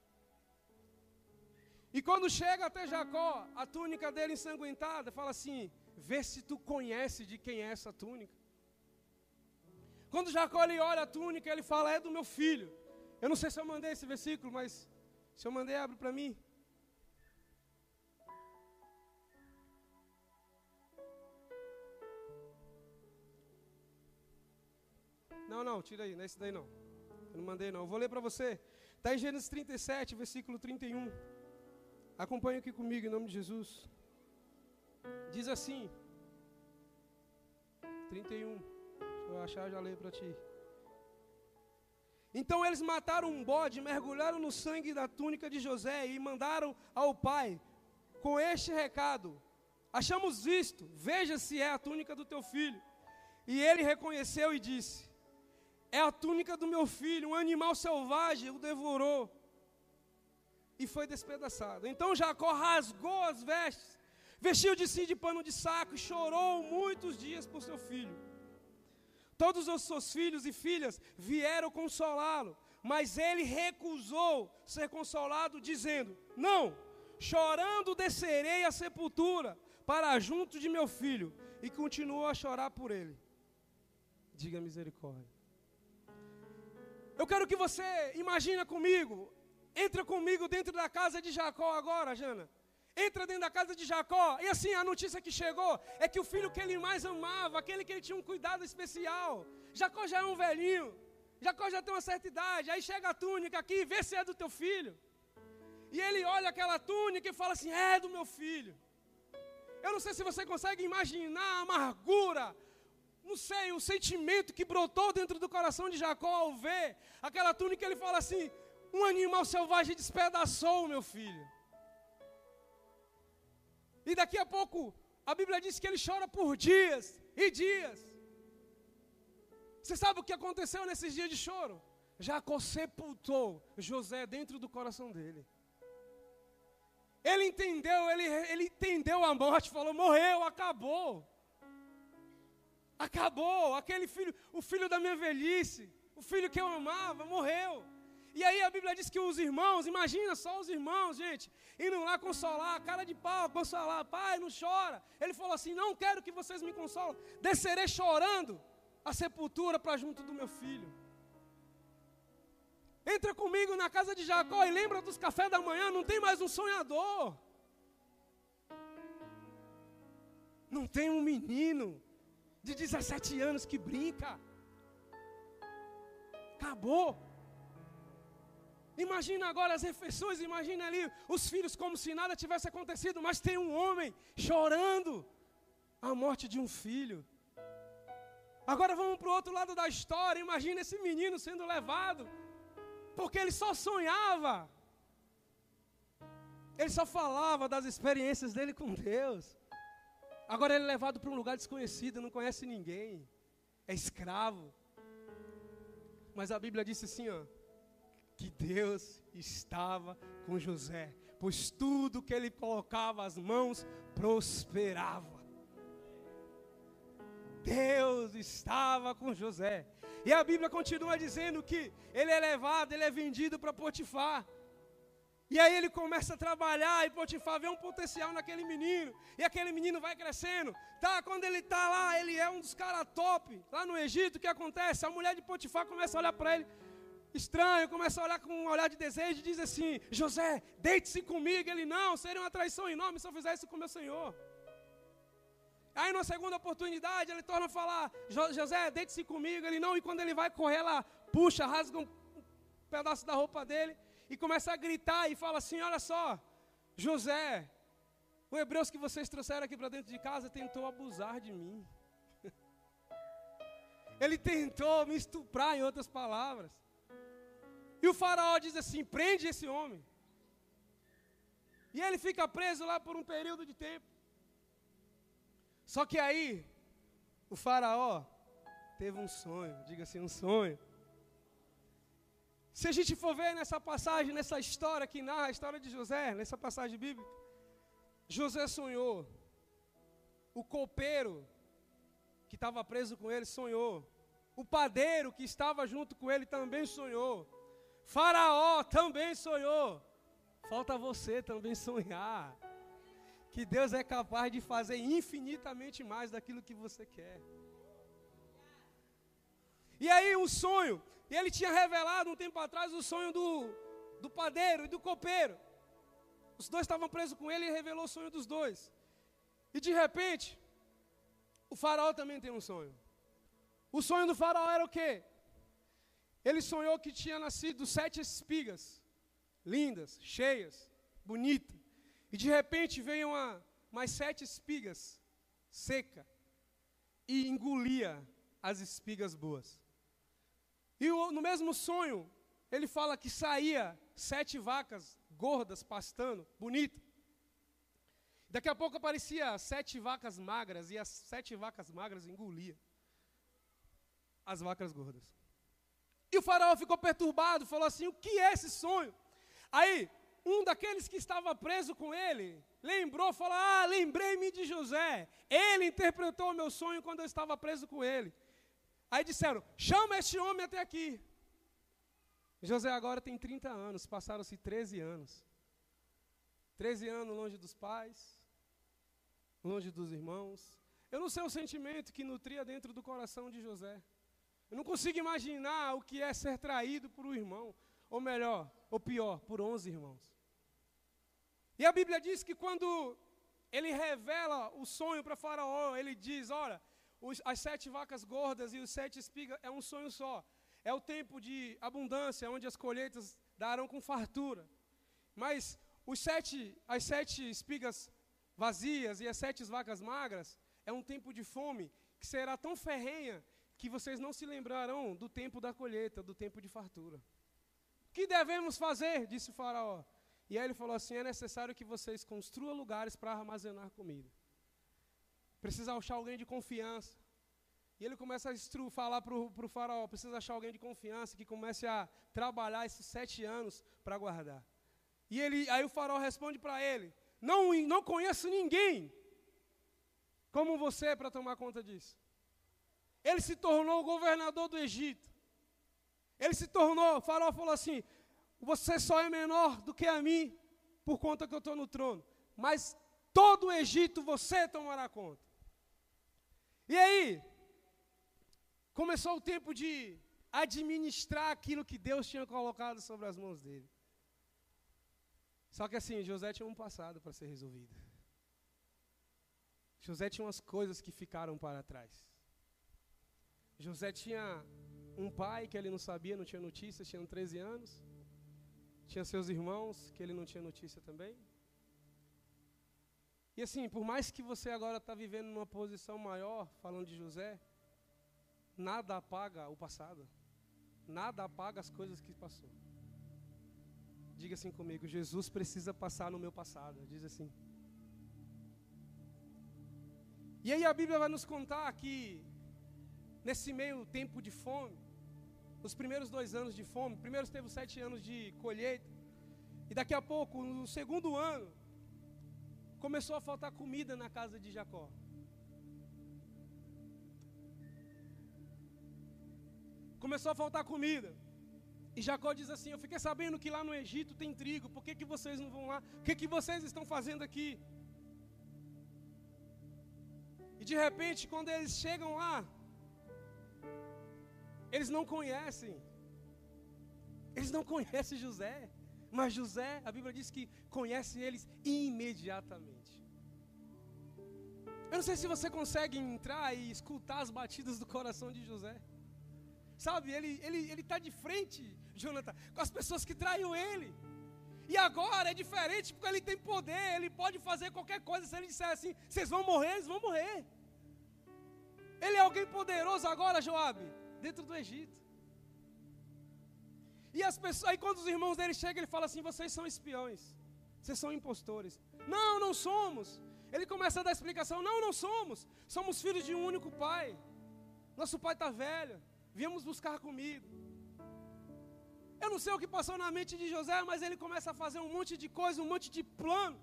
E quando chega até Jacó, a túnica dele ensanguentada, fala assim, vê se tu conhece de quem é essa túnica. Quando Jacó ele olha a túnica, ele fala, é do meu filho. Eu não sei se eu mandei esse versículo, mas se eu mandei, abre para mim. Não, não, tira aí, não é esse daí não. Eu não mandei não, eu vou ler para você. Está em Gênesis trinta e sete, versículo trinta e um. Acompanhe aqui comigo em nome de Jesus. Diz assim, trinta e um. Se eu achar, eu já leio para ti. Então eles mataram um bode, mergulharam no sangue da túnica de José e mandaram ao pai com este recado: achamos isto, veja se é a túnica do teu filho. E ele reconheceu e disse: é a túnica do meu filho, um animal selvagem o devorou e foi despedaçado. Então Jacó rasgou as vestes, vestiu de si de pano de saco e chorou muitos dias por seu filho. Todos os seus filhos e filhas vieram consolá-lo, mas ele recusou ser consolado, dizendo: não, chorando descerei à sepultura para junto de meu filho. E continuou a chorar por ele. Diga misericórdia. Eu quero que você imagine comigo, entra comigo dentro da casa de Jacó agora, Jana. Entra dentro da casa de Jacó, e assim, a notícia que chegou é que o filho que ele mais amava, aquele que ele tinha um cuidado especial, Jacó já é um velhinho, Jacó já tem uma certa idade, aí chega a túnica aqui, vê se é do teu filho. E ele olha aquela túnica e fala assim, é do meu filho. Eu não sei se você consegue imaginar a amargura, não sei, o sentimento que brotou dentro do coração de Jacó ao ver aquela túnica. Ele fala assim, um animal selvagem despedaçou o meu filho. E daqui a pouco, a Bíblia diz que ele chora por dias e dias. Você sabe o que aconteceu nesses dias de choro? Jacó sepultou José dentro do coração dele. Ele entendeu, ele, ele entendeu a morte, falou, morreu, acabou. Acabou, aquele filho, o filho da minha velhice, o filho que eu amava, morreu. E aí a Bíblia diz que os irmãos, imagina só os irmãos, gente, indo lá consolar, cara de pau, consolar, pai, não chora. Ele falou assim, não quero que vocês me consolem, descerei chorando a sepultura para junto do meu filho. Entra comigo na casa de Jacó e lembra dos cafés da manhã, não tem mais um sonhador. Não tem um menino de dezessete anos que brinca. Acabou. Imagina agora as refeições, imagina ali os filhos como se nada tivesse acontecido, mas tem um homem chorando a morte de um filho. Agora vamos para o outro lado da história, imagina esse menino sendo levado, porque ele só sonhava, ele só falava das experiências dele com Deus. Agora ele é levado para um lugar desconhecido, não conhece ninguém, é escravo. Mas a Bíblia disse assim, ó, que Deus estava com José, pois tudo que ele colocava as mãos prosperava. Deus estava com José. E a Bíblia continua dizendo que ele é levado, ele é vendido para Potifar. E aí ele começa a trabalhar e Potifar vê um potencial naquele menino. E aquele menino vai crescendo. Tá, quando ele está lá, ele é um dos caras top. Lá no Egito, o que acontece? A mulher de Potifar começa a olhar para ele estranho, começa a olhar com um olhar de desejo e diz assim, José, deite-se comigo. Ele, não, seria uma traição enorme se eu fizesse isso com meu senhor. Aí na segunda oportunidade ele torna a falar, José, deite-se comigo. Ele não, e quando ele vai correr lá, puxa, rasga um pedaço da roupa dele e começa a gritar e fala assim, olha só, José, o Hebreus que vocês trouxeram aqui para dentro de casa tentou abusar de mim. Ele tentou me estuprar, em outras palavras. E o faraó diz assim, prende esse homem. E ele fica preso lá por um período de tempo. Só que aí, o faraó teve um sonho, diga assim, um sonho. Se a gente for ver nessa passagem, nessa história que narra a história de José, nessa passagem bíblica, José sonhou. O copeiro que estava preso com ele sonhou. O padeiro que estava junto com ele também sonhou. Faraó também sonhou. Falta você também sonhar. Que Deus é capaz de fazer infinitamente mais daquilo que você quer. E aí um sonho, e ele tinha revelado um tempo atrás o sonho do, do padeiro e do copeiro. Os dois estavam presos com ele e ele revelou o sonho dos dois. E de repente, o faraó também tem um sonho. O sonho do faraó era o quê? Ele sonhou que tinha nascido sete espigas, lindas, cheias, bonitas. E de repente veio uma, mais sete espigas, seca, e engolia as espigas boas. E o, no mesmo sonho, ele fala que saía sete vacas gordas pastando, bonita. Daqui a pouco aparecia sete vacas magras, e as sete vacas magras engoliam as vacas gordas. E o faraó ficou perturbado, falou assim, o que é esse sonho? Aí, um daqueles que estava preso com ele, lembrou, falou, ah, lembrei-me de José. Ele interpretou o meu sonho quando eu estava preso com ele. Aí disseram, chama este homem até aqui. José agora tem trinta anos, passaram-se treze anos. treze anos longe dos pais, longe dos irmãos. Eu não sei o sentimento que nutria dentro do coração de José. Eu não consigo imaginar o que é ser traído por um irmão, ou melhor, ou pior, por onze irmãos. E a Bíblia diz que quando ele revela o sonho para Faraó, ele diz, olha, os, as sete vacas gordas e os sete espigas é um sonho só. É o tempo de abundância, onde as colheitas darão com fartura. Mas os sete, as sete espigas vazias e as sete vacas magras é um tempo de fome que será tão ferrenha que vocês não se lembrarão do tempo da colheita, do tempo de fartura. O que devemos fazer? Disse o faraó. E aí ele falou assim, é necessário que vocês construam lugares para armazenar comida. Precisa achar alguém de confiança. E ele começa a instru, falar para o faraó, precisa achar alguém de confiança que comece a trabalhar esses sete anos para guardar. E ele, aí o faraó responde para ele, não, não conheço ninguém como você para tomar conta disso. Ele se tornou o governador do Egito. Ele se tornou, o faraó falou assim, você só é menor do que a mim, por conta que eu estou no trono. Mas todo o Egito você tomará conta. E aí, começou o tempo de administrar aquilo que Deus tinha colocado sobre as mãos dele. Só que assim, José tinha um passado para ser resolvido. José tinha umas coisas que ficaram para trás. José tinha um pai que ele não sabia, não tinha notícia, tinha treze anos. Tinha seus irmãos que ele não tinha notícia também. E assim, por mais que você agora está vivendo numa posição maior, falando de José, nada apaga o passado. Nada apaga as coisas que passou. Diga assim comigo, Jesus precisa passar no meu passado. Diz assim. E aí a Bíblia vai nos contar que nesse meio tempo de fome, os primeiros dois anos de fome, primeiro teve sete anos de colheita, e daqui a pouco, no segundo ano, começou a faltar comida na casa de Jacó. Começou a faltar comida. E Jacó diz assim, eu fiquei sabendo que lá no Egito tem trigo, por que que vocês não vão lá? O que que vocês estão fazendo aqui? E de repente, quando eles chegam lá, eles não conhecem. Eles não conhecem José. Mas José, a Bíblia diz que conhece eles imediatamente. Eu não sei se você consegue entrar e escutar as batidas do coração de José. Sabe, ele ele ele está de frente, Jonathan, com as pessoas que traiu ele. E agora é diferente, porque ele tem poder, ele pode fazer qualquer coisa. Se ele disser assim, vocês vão morrer, eles vão morrer. Ele é alguém poderoso agora, Joabe, dentro do Egito. E as pessoas, aí quando os irmãos dele chegam, ele fala assim, vocês são espiões. Vocês são impostores. Não, não somos. Ele começa a dar explicação. Não, não somos. Somos filhos de um único pai. Nosso pai está velho. Viemos buscar comida. Eu não sei o que passou na mente de José, mas ele começa a fazer um monte de coisa, um monte de plano.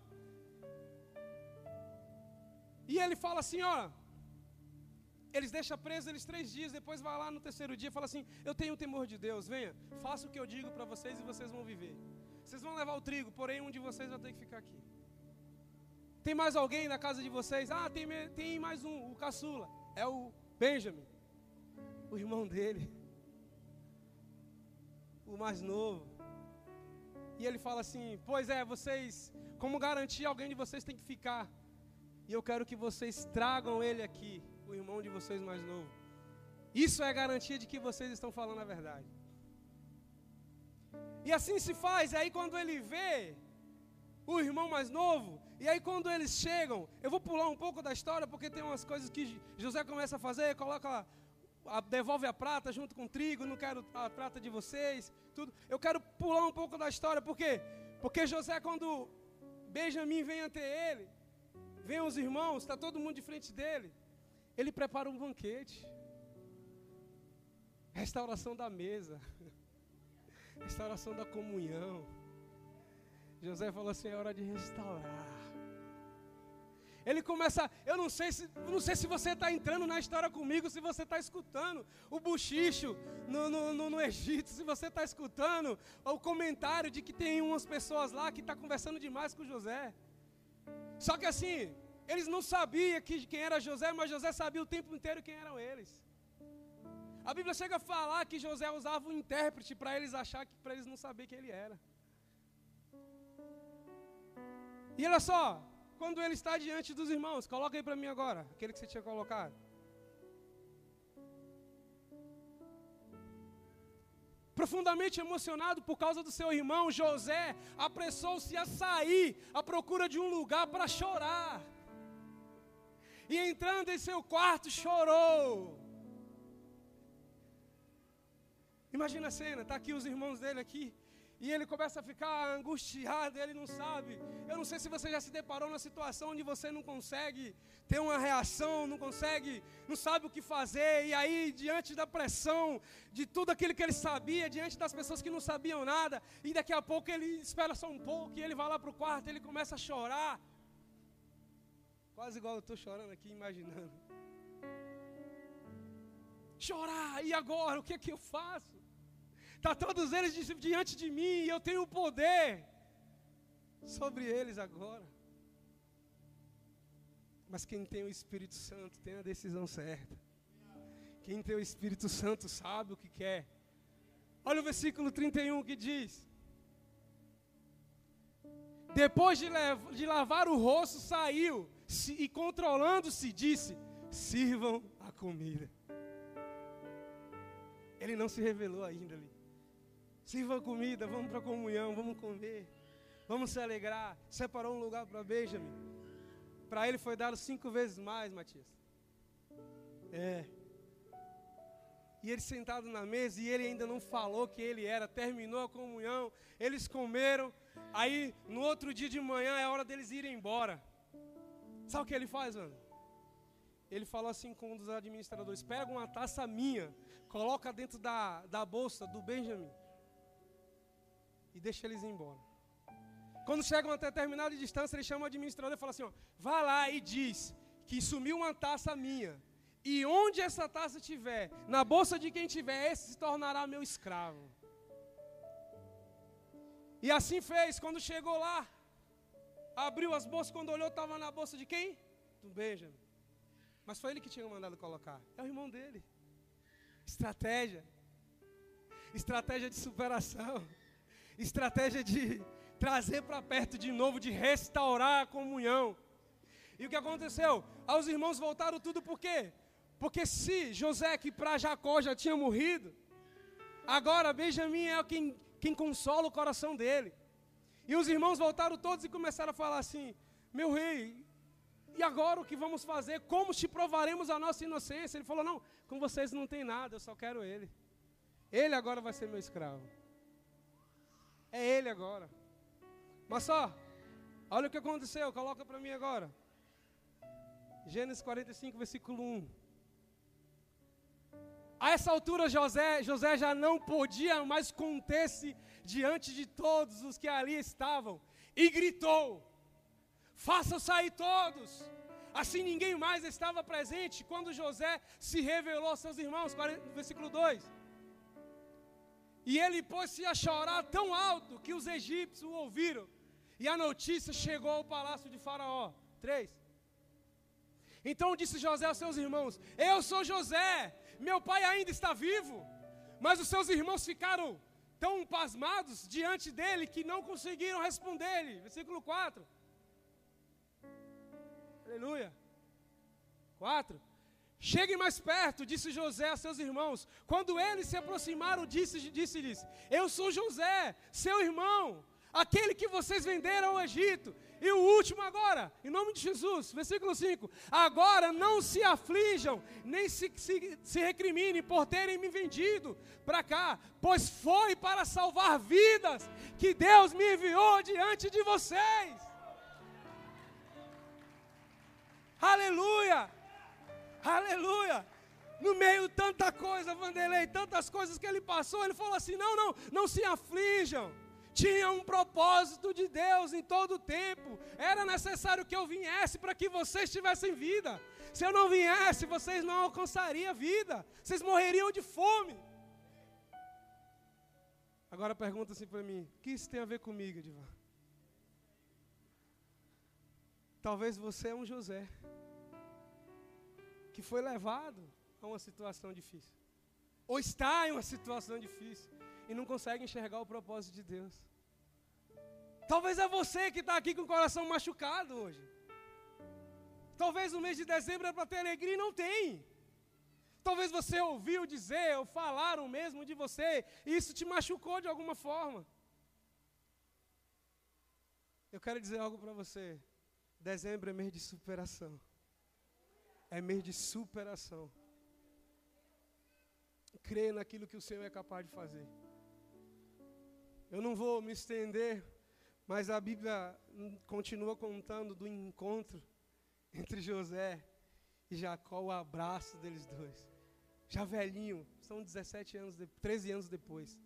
E ele fala assim, ó. Eles deixam presos eles três dias, depois vai lá no terceiro dia e fala assim, eu tenho o temor de Deus, venha, faça o que eu digo para vocês e vocês vão viver. Vocês vão levar o trigo, porém um de vocês vai ter que ficar aqui. Tem mais alguém na casa de vocês? Ah, tem, tem mais um, o caçula, é o Benjamin, o irmão dele, o mais novo. E ele fala assim, pois é, vocês, como garantia, alguém de vocês tem que ficar. E eu quero que vocês tragam ele aqui, o irmão de vocês mais novo. Isso é garantia de que vocês estão falando a verdade. E assim se faz. E aí quando ele vê o irmão mais novo, e aí quando eles chegam, eu vou pular um pouco da história, porque tem umas coisas que José começa a fazer, coloca, a, devolve a prata junto com o trigo, não quero a prata de vocês, tudo. Eu quero pular um pouco da história, por quê? Porque José, quando Benjamim vem ante ele, vem os irmãos, está todo mundo de frente dele, ele prepara um banquete, restauração da mesa, restauração da comunhão. José falou assim, é hora de restaurar. Ele começa, eu não sei se, não sei se você está entrando na história comigo, se você está escutando o buchicho no, no, no, no Egito, se você está escutando o comentário de que tem umas pessoas lá que estão tá conversando demais com José. Só que assim, eles não sabiam que, quem era José, mas José sabia o tempo inteiro quem eram eles. A Bíblia chega a falar que José usava um intérprete para eles achar que para eles não saber quem ele era. E olha só, quando ele está diante dos irmãos, coloca aí para mim agora, aquele que você tinha colocado. Profundamente emocionado por causa do seu irmão, José apressou-se a sair à procura de um lugar para chorar. E entrando em seu quarto, chorou. Imagina a cena, está aqui os irmãos dele aqui, e ele começa a ficar angustiado, ele não sabe. Eu não sei se você já se deparou numa situação onde você não consegue ter uma reação, não consegue, não sabe o que fazer, e aí diante da pressão, de tudo aquilo que ele sabia, diante das pessoas que não sabiam nada, e daqui a pouco ele espera só um pouco, e ele vai lá para o quarto, ele começa a chorar, quase igual eu estou chorando aqui, imaginando. Chorar, e agora, o que é que eu faço? Está todos eles diante de mim e eu tenho o poder sobre eles agora. Mas quem tem o Espírito Santo tem a decisão certa. Quem tem o Espírito Santo sabe o que quer. Olha o versículo trinta e um que diz: depois de, lev- de lavar o rosto, saiu se, e controlando-se disse, sirvam a comida. Ele não se revelou ainda ali. Sirva a comida, vamos para a comunhão, vamos comer, vamos se alegrar. Separou um lugar para Benjamin. Para ele foi dado cinco vezes mais, Matias. É. E ele sentado na mesa, e ele ainda não falou que ele era. Terminou a comunhão, eles comeram. Aí, no outro dia de manhã, é hora deles irem embora. Sabe o que ele faz, mano? Ele falou assim com um dos administradores, pega uma taça minha, coloca dentro da, da bolsa do Benjamin e deixa eles ir embora. Quando chegam até determinada distância, ele chama o administrador e fala assim, ó, vai lá e diz que sumiu uma taça minha, e onde essa taça estiver, na bolsa de quem tiver, esse se tornará meu escravo. E assim fez. Quando chegou lá, abriu as bolsas, quando olhou, estava na bolsa de quem? Do Benjamin. Mas foi ele que tinha mandado colocar. É o irmão dele. Estratégia. Estratégia de superação. Estratégia de trazer para perto de novo, de restaurar a comunhão. E o que aconteceu? Os irmãos voltaram tudo por quê? Porque se José, que para Jacó já tinha morrido, agora Benjamim é quem, quem consola o coração dele. E os irmãos voltaram todos e começaram a falar assim, meu rei, e agora o que vamos fazer? Como te provaremos a nossa inocência? Ele falou, não, com vocês não tem nada, eu só quero ele. Ele agora vai ser meu escravo. É ele agora. Mas só, Olha o que aconteceu, coloca para mim agora. Gênesis quarenta e cinco, versículo um. A essa altura José, José já não podia mais conter-se diante de todos os que ali estavam. E gritou, faça sair todos. Assim ninguém mais estava presente quando José se revelou aos seus irmãos. Versículo dois. E ele pôs-se a chorar tão alto que os egípcios o ouviram. E a notícia chegou ao palácio de Faraó. três. Então disse José aos seus irmãos, eu sou José, meu pai ainda está vivo. Mas os seus irmãos ficaram tão pasmados diante dele que não conseguiram responder-lhe. Versículo quatro. Aleluia. quatro. Cheguem mais perto, disse José a seus irmãos. Quando eles se aproximaram, disse-lhes, disse eu sou José, seu irmão, aquele que vocês venderam ao Egito. E o último agora, em nome de Jesus, versículo cinco. Agora não se aflijam, nem se, se, se recriminem por terem me vendido para cá, pois foi para salvar vidas que Deus me enviou diante de vocês. Aleluia, aleluia. No meio de tanta coisa, Vanderlei, tantas coisas que ele passou, ele falou assim, não, não, não se aflijam. Tinha um propósito de Deus em todo o tempo. Era necessário que eu viesse para que vocês tivessem vida. Se eu não viesse, vocês não alcançariam vida. Vocês morreriam de fome. Agora pergunta assim para mim, o que isso tem a ver comigo, Edivar? Talvez você é um José que foi levado a uma situação difícil. Ou está em uma situação difícil e não consegue enxergar o propósito de Deus. Talvez é você que está aqui com o coração machucado hoje. Talvez o mês de dezembro é para ter alegria e não tem. Talvez você ouviu dizer ou falaram mesmo de você e isso te machucou de alguma forma. Eu quero dizer algo para você. Dezembro é mês de superação. É mês de superação. Crê naquilo que o Senhor é capaz de fazer. Eu não vou me estender, mas a Bíblia continua contando do encontro entre José e Jacó, o abraço deles dois. Já velhinho, são dezessete anos, treze anos depois.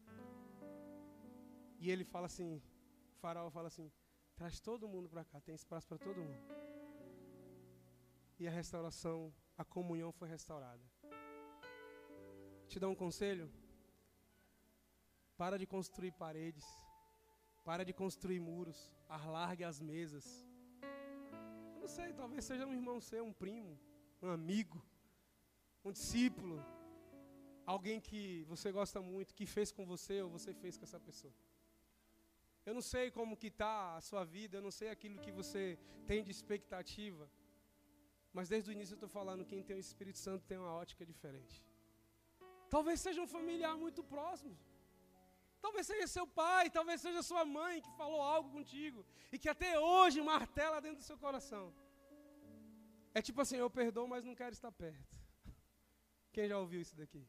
E ele fala assim, o faraó fala assim, traz todo mundo para cá, tem espaço para todo mundo. E a restauração, a comunhão foi restaurada. Te dar um conselho? Para de construir paredes, para de construir muros, alargue as mesas. Eu não sei, talvez seja um irmão seu, um primo, um amigo, um discípulo, alguém que você gosta muito, que fez com você ou você fez com essa pessoa. Eu não sei como que está a sua vida, eu não sei aquilo que você tem de expectativa, mas desde o início eu estou falando, quem tem o Espírito Santo tem uma ótica diferente. Talvez seja um familiar muito próximo, talvez seja seu pai, talvez seja sua mãe que falou algo contigo e que até hoje martela dentro do seu coração. É tipo assim, eu perdoo, mas não quero estar perto. Quem já ouviu isso daqui?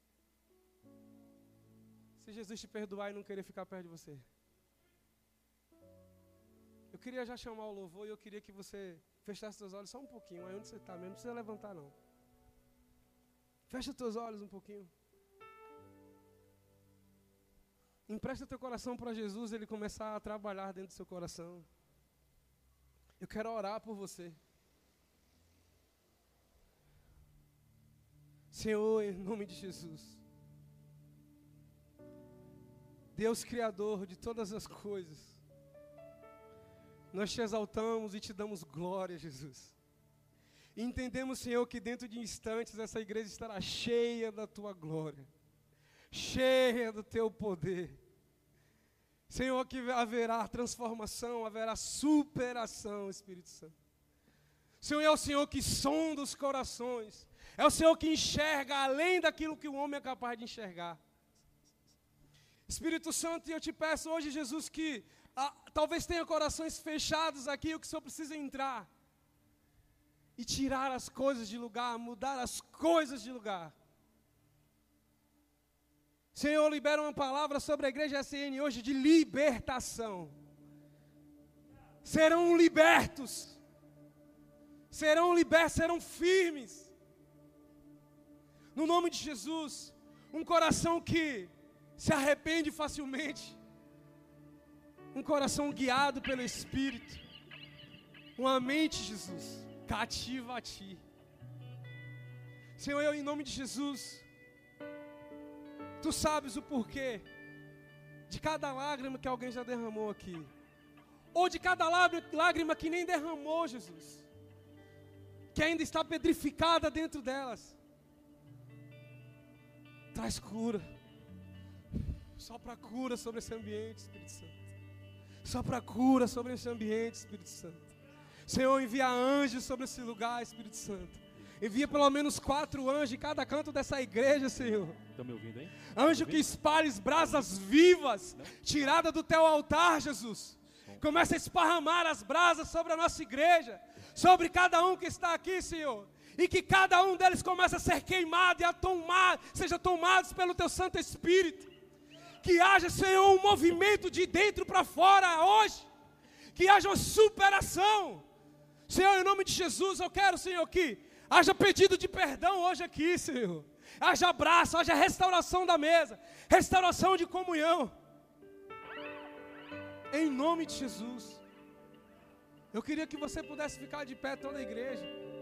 Se Jesus te perdoar e não querer ficar perto de você. Eu queria já chamar o louvor e eu queria que você fechasse seus olhos só um pouquinho, aí onde você está mesmo, não precisa levantar não. Fecha os teus olhos um pouquinho. Empresta teu coração para Jesus, Ele começar a trabalhar dentro do seu coração. Eu quero orar por você. Senhor, em nome de Jesus. Deus Criador de todas as coisas. Nós te exaltamos e te damos glória, Jesus. E entendemos, Senhor, que dentro de instantes essa igreja estará cheia da tua glória. Cheia do teu poder. Senhor, que haverá transformação, haverá superação, Espírito Santo. Senhor, é o Senhor que sonda os corações. É o Senhor que enxerga além daquilo que o homem é capaz de enxergar. Espírito Santo, eu te peço hoje, Jesus, que ah, talvez tenha corações fechados aqui, o que o Senhor precisa entrar e tirar as coisas de lugar, mudar as coisas de lugar. Senhor, libera uma palavra sobre a igreja S N hoje de libertação. serão libertos, serão libertos, serão firmes. No nome de Jesus, um coração que se arrepende facilmente, um coração guiado pelo Espírito, uma mente, Jesus, cativa a Ti. Senhor, eu em nome de Jesus, Tu sabes o porquê de cada lágrima que alguém já derramou aqui, ou de cada lágrima que nem derramou, Jesus, que ainda está petrificada dentro delas. Traz cura, sopra cura sobre esse ambiente, Espírito Santo. Sopra cura sobre esse ambiente, Espírito Santo. Senhor, envia anjos sobre esse lugar, Espírito Santo. Envia pelo menos quatro anjos em cada canto dessa igreja, Senhor. Estão me ouvindo, hein? Anjo que espalhe brasas vivas, tirada do teu altar, Jesus. Começa a esparramar as brasas sobre a nossa igreja, sobre cada um que está aqui, Senhor. E que cada um deles comece a ser queimado e a tomar, seja tomados pelo teu Santo Espírito. Que haja, Senhor, um movimento de dentro para fora hoje. Que haja uma superação. Senhor, em nome de Jesus, eu quero, Senhor, que haja pedido de perdão hoje aqui, Senhor. Haja abraço, haja restauração da mesa, restauração de comunhão. Em nome de Jesus. Eu queria que você pudesse ficar de pé, toda a igreja.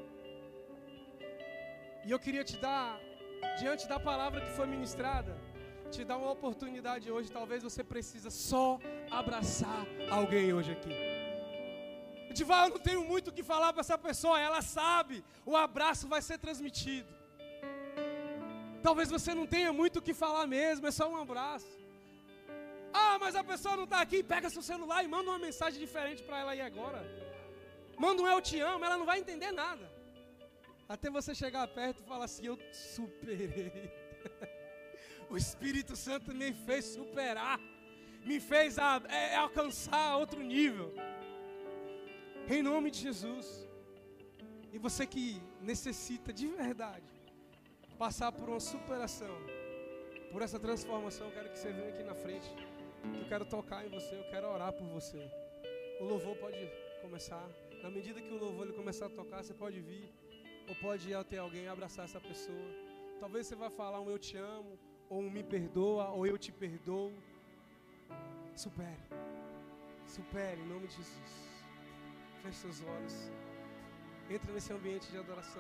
E eu queria te dar, diante da palavra que foi ministrada, te dar uma oportunidade hoje. Talvez você precisa só abraçar alguém hoje aqui. Edival, eu não tenho muito o que falar para essa pessoa, ela sabe, o abraço vai ser transmitido. Talvez você não tenha muito o que falar mesmo, é só um abraço. Ah, mas a pessoa não está aqui, pega seu celular e manda uma mensagem diferente para ela aí agora. Manda um eu te amo, ela não vai entender nada. Até você chegar perto e falar assim, eu superei. O Espírito Santo me fez superar, me fez a, é, alcançar outro nível. Em nome de Jesus. E você que necessita de verdade passar por uma superação, por essa transformação, eu quero que você venha aqui na frente, que eu quero tocar em você, eu quero orar por você. O louvor pode começar. Na medida que o louvor ele começar a tocar, você pode vir, ou pode ir até alguém e abraçar essa pessoa. Talvez você vá falar um eu te amo, ou um me perdoa, ou eu te perdoo. Supere. Supere, em nome de Jesus. Feche seus olhos. Entra nesse ambiente de adoração.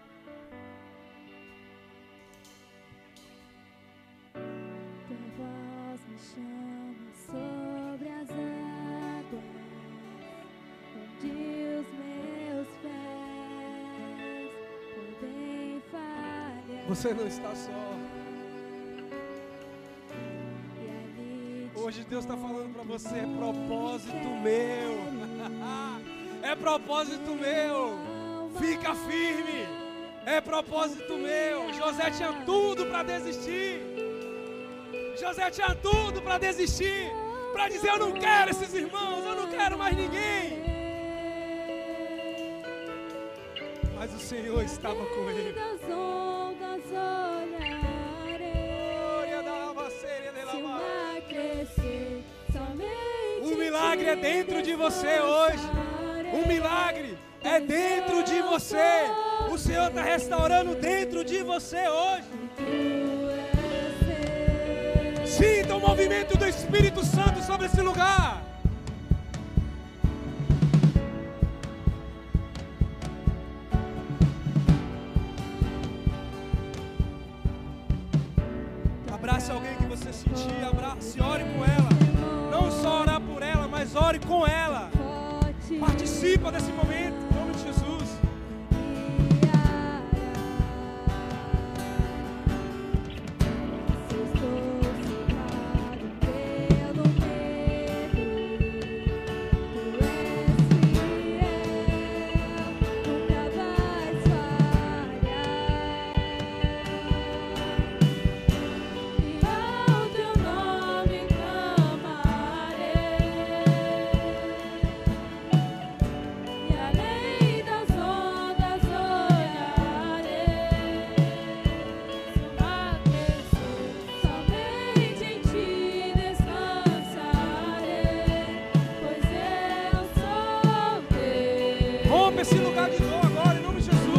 Tua voz me chama sobre as águas, onde os meus pés podem falhar. Você não está só. Hoje Deus está falando para você, é propósito meu. É propósito meu. Fica firme. É propósito meu. José tinha tudo para desistir. José tinha tudo para desistir. Para dizer, eu não quero esses irmãos, eu não quero mais ninguém. Mas o Senhor estava com ele. O milagre é dentro de você hoje. O milagre é dentro de você. O Senhor está restaurando dentro de você hoje. Sinta o movimento do Espírito Santo sobre esse lugar. Abrace alguém que você sentir, abrace, ore com ela. Não só orar por ela, mas ore com ela. Participa desse momento, em nome de Jesus. Yeah. Rompe esse lugar de dor agora, em nome de Jesus.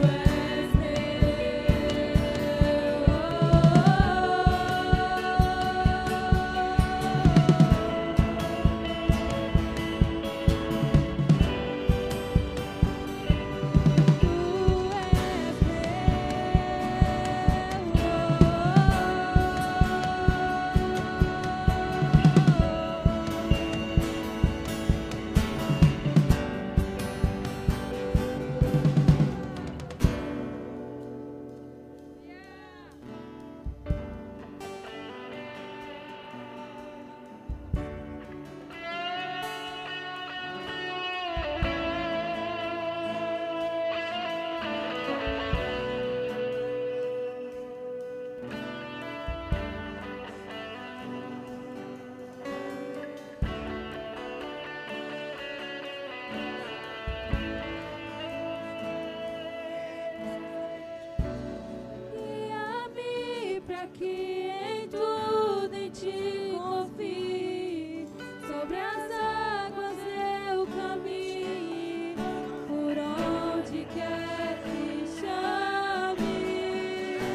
Que em tudo em ti confie, sobre as águas eu caminhe, por onde quer que chame,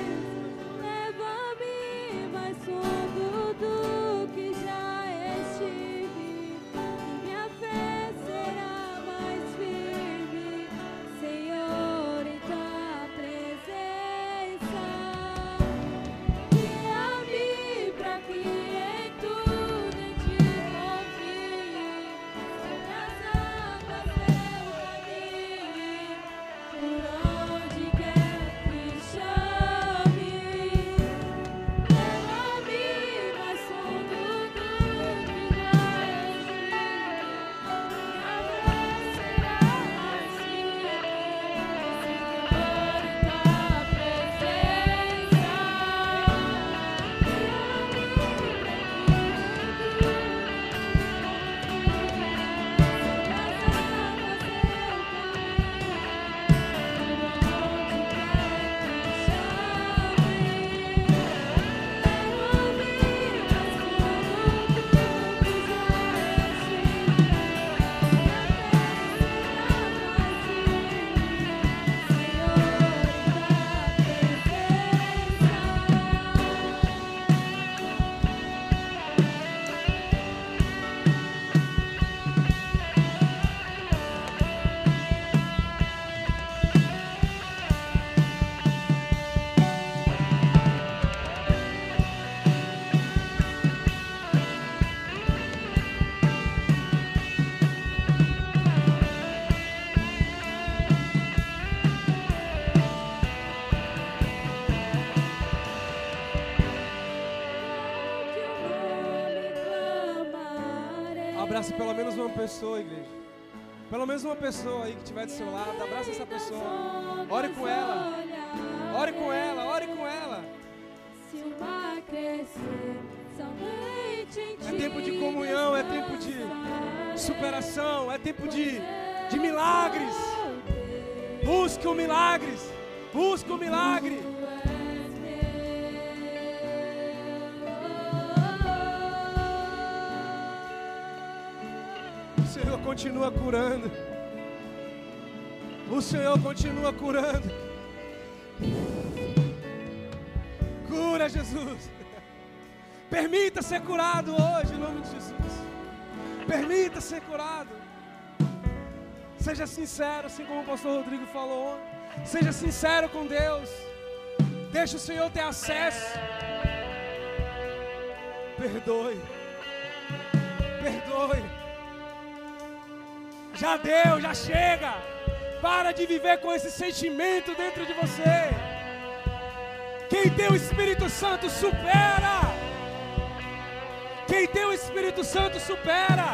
leva-me mais fundo do que já estive, e minha fé será mais firme, Senhor, em tua presença. Abraça pelo menos uma pessoa, igreja. Pelo menos uma pessoa aí que estiver do seu lado. Abraça essa pessoa. Ore com ela. Ore com ela, ore com ela. É tempo de comunhão, é tempo de superação, é tempo de, de milagres. Busque o milagres. Busque o milagre. O Senhor continua curando. O Senhor continua curando. Cura, Jesus. Permita ser curado hoje, em nome de Jesus. Permita ser curado. Seja sincero, assim como o pastor Rodrigo falou ontem. Seja sincero com Deus. Deixa o Senhor ter acesso. Perdoe. Perdoe. Já deu, já chega. Para de viver com esse sentimento dentro de você. Quem tem o Espírito Santo supera. Quem tem o Espírito Santo supera.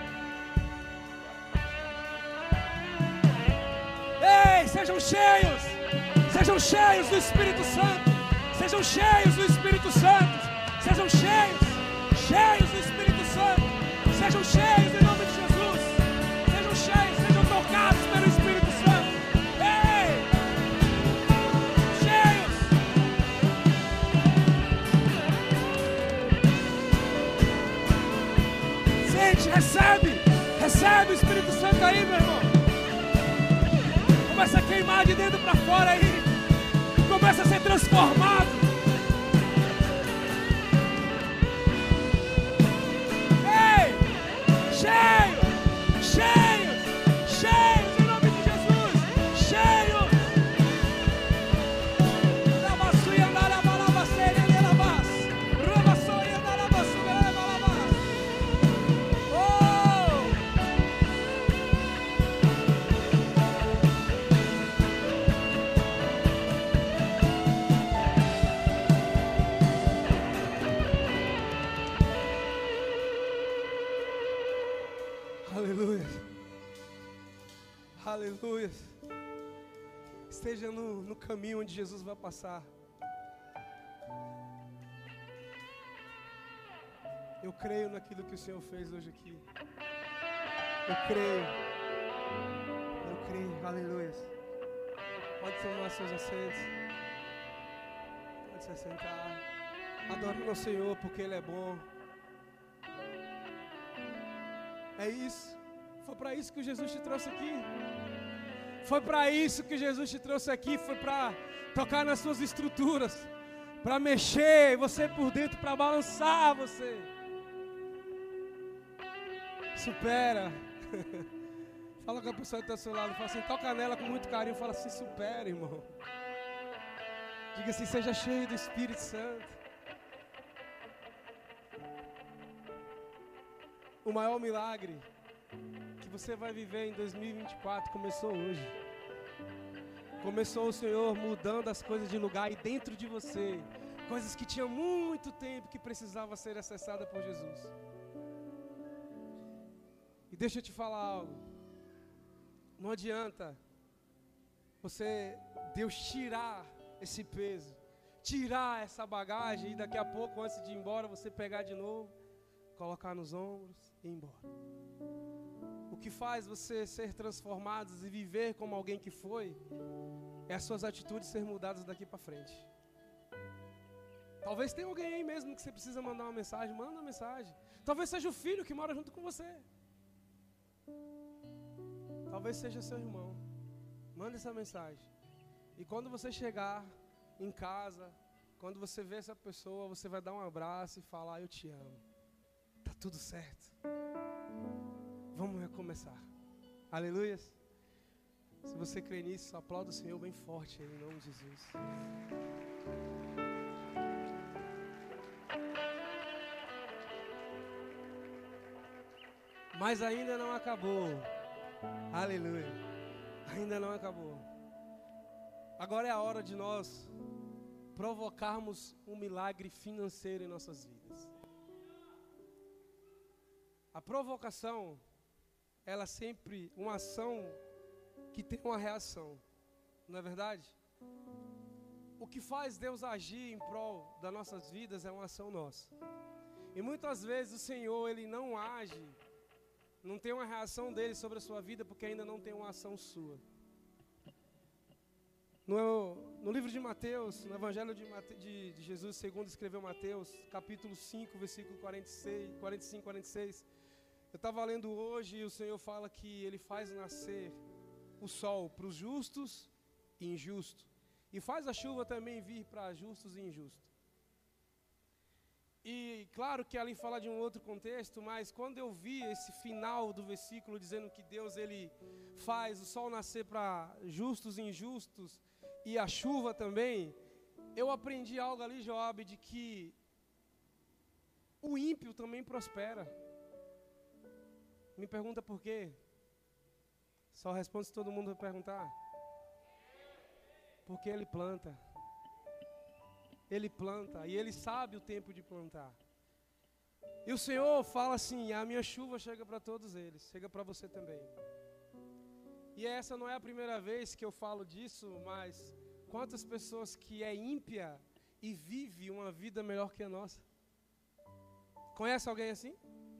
Ei, sejam cheios. Sejam cheios do Espírito Santo. Sejam cheios do Espírito Santo. Sejam cheios. Cheios do Espírito Santo. Sejam cheios em nome de Jesus. Sejam cheios, sejam tocados pelo Espírito Santo. Ei! Cheios! Sente, recebe! Recebe o Espírito Santo aí, meu irmão! começa a queimar de dentro para fora aí. Começa a ser transformado. Ei! Cheio! Cheio! Cheio! Em nome de Jesus! Cheio! Rabassuia andara balaba seria de labas. Rabassuia andara bassuia de balabas. Oh! Aleluia. Aleluia. Esteja no, no caminho onde Jesus vai passar. Eu creio naquilo que o Senhor fez hoje aqui. Eu creio. Eu creio. Aleluia. Pode tomar seus assentos. Pode se assentar. Adore o Senhor porque Ele é bom. É isso. Foi para isso que Jesus te trouxe aqui. Foi para isso que Jesus te trouxe aqui. Foi para tocar nas suas estruturas, para mexer você por dentro, para balançar você. Supera. Fala com a pessoa que está ao seu lado. Fala assim, toca nela com muito carinho. Fala assim, supera, irmão. Diga assim, seja cheio do Espírito Santo. O maior milagre que você vai viver em dois mil e vinte e quatro começou hoje. Começou o Senhor mudando as coisas de lugar aí dentro de você. Coisas que tinham muito tempo que precisavam ser acessadas por Jesus. E deixa eu te falar algo. Não adianta você, Deus tirar esse peso, tirar essa bagagem e daqui a pouco, antes de ir embora, você pegar de novo, colocar nos ombros e ir embora. O que faz você ser transformado e viver como alguém que foi, é as suas atitudes ser mudadas daqui para frente. Talvez tenha alguém aí mesmo que você precisa mandar uma mensagem, manda uma mensagem. Talvez seja o filho que mora junto com você. Talvez seja seu irmão. Manda essa mensagem. E quando você chegar em casa, quando você ver essa pessoa, você vai dar um abraço e falar, eu te amo. Tá tudo certo. Vamos recomeçar. Aleluia. Se você crê nisso, aplauda o Senhor bem forte em nome de Jesus. Mas ainda não acabou. Aleluia. Ainda não acabou. Agora é a hora de nós provocarmos um milagre financeiro em nossas vidas. A provocação, ela é sempre uma ação que tem uma reação. Não é verdade? O que faz Deus agir em prol das nossas vidas é uma ação nossa. E muitas vezes o Senhor, Ele não age, não tem uma reação dele sobre a sua vida, porque ainda não tem uma ação sua. No, no livro de Mateus, no Evangelho de, Mate, de, de Jesus, segundo escreveu Mateus, capítulo cinco, versículo quarenta e seis, quarenta e cinco, quarenta e seis. Eu estava lendo hoje e o Senhor fala que Ele faz nascer o sol para os justos e injustos. E faz a chuva também vir para justos e injustos. E claro que ali fala de um outro contexto, mas quando eu vi esse final do versículo dizendo que Deus ele faz o sol nascer para justos e injustos e a chuva também, eu aprendi algo ali, Joab, de que o ímpio também prospera. Me pergunta por quê? Só responde se todo mundo vai perguntar. Porque ele planta. Ele planta e Ele sabe o tempo de plantar. E o Senhor fala assim, a minha chuva chega para todos eles, chega para você também. E essa não é a primeira vez que eu falo disso, mas quantas pessoas que é ímpia e vive uma vida melhor que a nossa? Conhece alguém assim?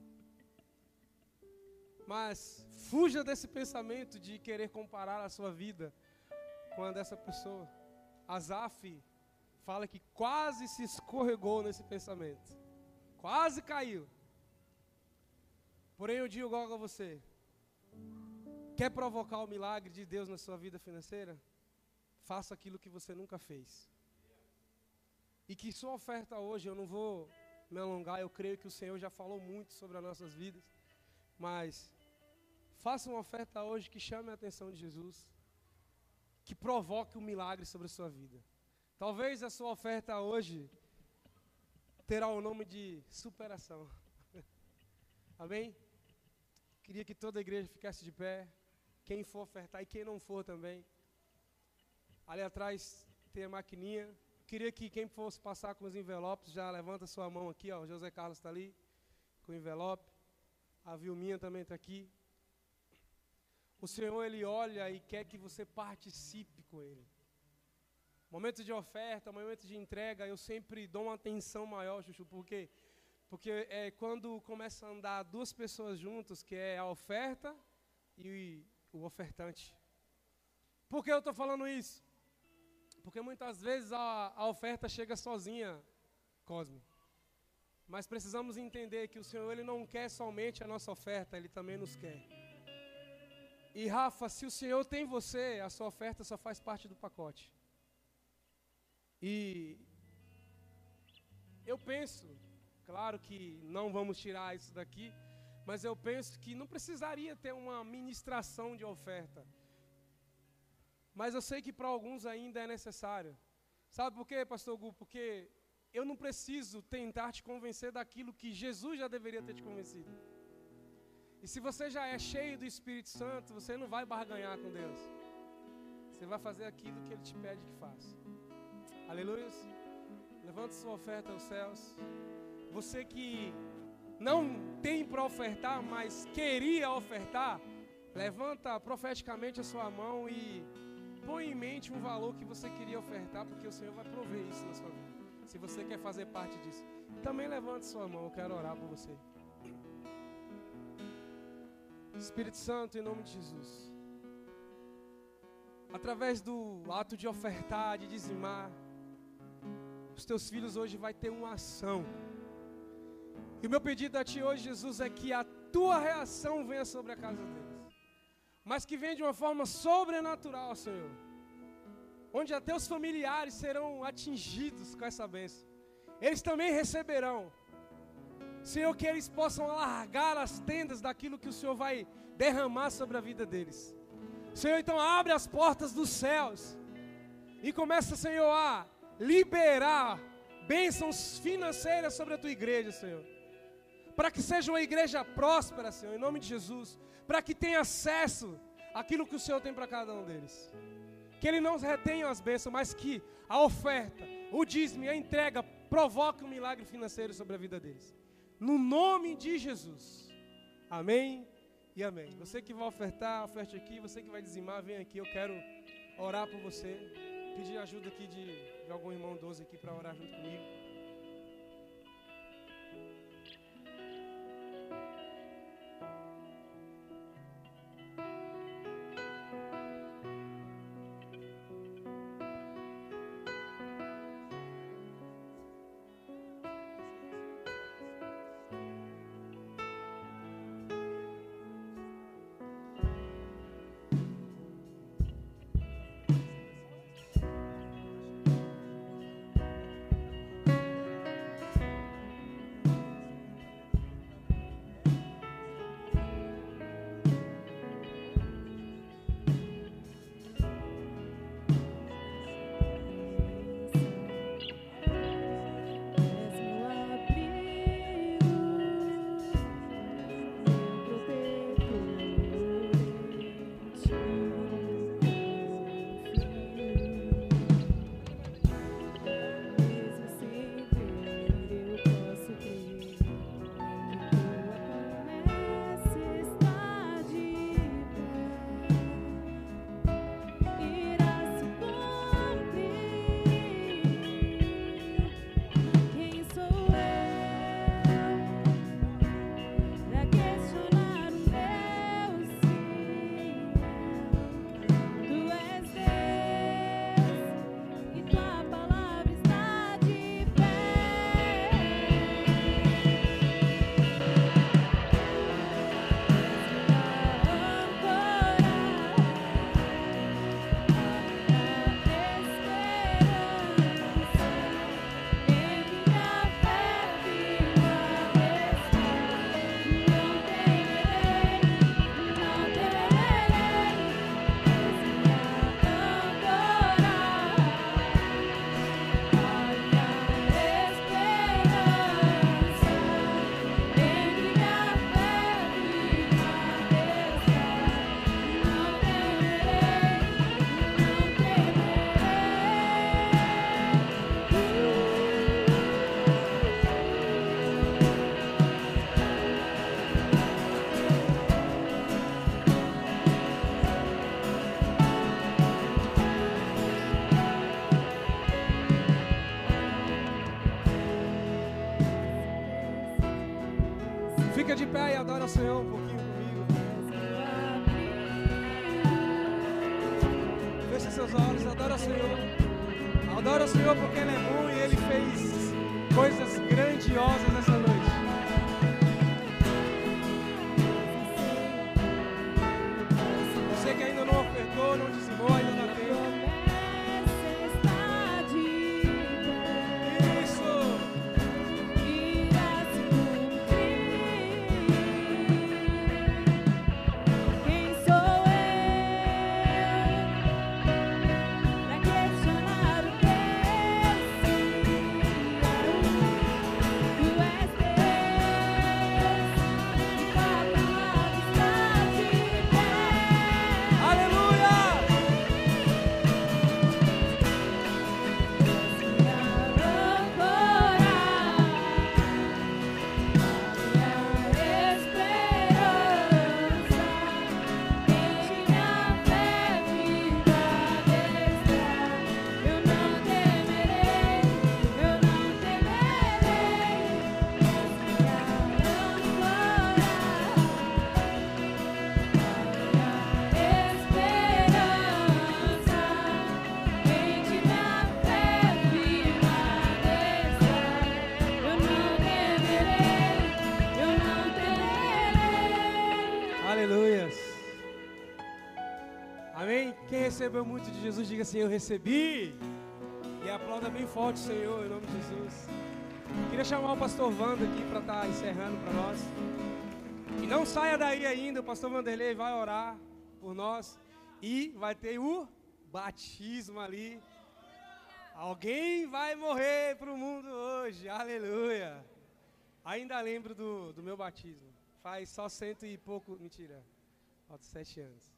Mas fuja desse pensamento de querer comparar a sua vida com a dessa pessoa. Asaf fala que quase se escorregou nesse pensamento. Quase caiu. Porém eu digo algo a você. Quer provocar o milagre de Deus na sua vida financeira? Faça aquilo que você nunca fez. E que sua oferta hoje, eu não vou me alongar, eu creio que o Senhor já falou muito sobre as nossas vidas, mas faça uma oferta hoje que chame a atenção de Jesus, que provoque um milagre sobre a sua vida. Talvez a sua oferta hoje terá o nome de superação. Amém? Queria que toda a igreja ficasse de pé, quem for ofertar e quem não for também. Ali atrás tem a maquininha. Queria que quem fosse passar com os envelopes, já levanta sua mão aqui, ó. O José Carlos está ali, com o envelope. A Vilminha também está aqui. O Senhor, Ele olha e quer que você participe com Ele. Momento de oferta, momento de entrega, eu sempre dou uma atenção maior, Chuchu, por quê? Porque é quando começa a andar duas pessoas juntas, que é a oferta e o ofertante. Por que eu estou falando isso? Porque muitas vezes a, a oferta chega sozinha, Cosmo. Mas precisamos entender que o Senhor, Ele não quer somente a nossa oferta, Ele também nos quer. E Rafa, se o Senhor tem você, a sua oferta só faz parte do pacote. E eu penso, claro que não vamos tirar isso daqui, mas eu penso que não precisaria ter uma ministração de oferta. Mas eu sei que para alguns ainda é necessário. Sabe por quê, pastor Gu? Porque eu não preciso tentar te convencer daquilo que Jesus já deveria ter te convencido. E se você já é cheio do Espírito Santo, você não vai barganhar com Deus. Você vai fazer aquilo que Ele te pede que faça. Aleluia. Levante sua oferta aos céus. Você que não tem para ofertar, mas queria ofertar, levanta profeticamente a sua mão e põe em mente um valor que você queria ofertar, porque o Senhor vai prover isso na sua vida. Se você quer fazer parte disso. Também levante sua mão, eu quero orar por você. Espírito Santo, em nome de Jesus. Através do ato de ofertar, de dizimar, os teus filhos hoje vão ter uma ação. E o meu pedido a Ti hoje, Jesus, é que a Tua reação venha sobre a casa deles. Mas que venha de uma forma sobrenatural, Senhor. Onde até os familiares serão atingidos com essa bênção. Eles também receberão. Senhor, que eles possam alargar as tendas daquilo que o Senhor vai derramar sobre a vida deles. Senhor, então abre as portas dos céus. E começa, Senhor, a liberar bênçãos financeiras sobre a Tua igreja, Senhor. Para que seja uma igreja próspera, Senhor, em nome de Jesus. Para que tenha acesso àquilo que o Senhor tem para cada um deles. Que Ele não retenha as bênçãos, mas que a oferta, o dízimo e a entrega provoque um milagre financeiro sobre a vida deles. No nome de Jesus. Amém e amém. Você que vai ofertar, oferte aqui. Você que vai dizimar, vem aqui. Eu quero orar por você. Pedir ajuda aqui de, de algum irmão doze aqui para orar junto comigo. Fica de pé e adora o Senhor um pouquinho comigo. Feche seus olhos, adora o Senhor. Adora o Senhor porque Ele é bom e Ele fez coisas grandiosas nessa noite. Você que ainda não ofertou, não dizimou, ainda dá tempo. Recebeu muito de Jesus, diga assim, eu recebi. E aplauda bem forte o Senhor, em nome de Jesus. Queria chamar o pastor Wanda aqui para estar tá encerrando para nós. E não saia daí ainda, o pastor Vanderlei vai orar por nós. E vai ter o batismo ali. Alguém vai morrer para o mundo hoje, aleluia. Ainda lembro do, do meu batismo. Faz só cento e pouco, mentira, falta sete anos.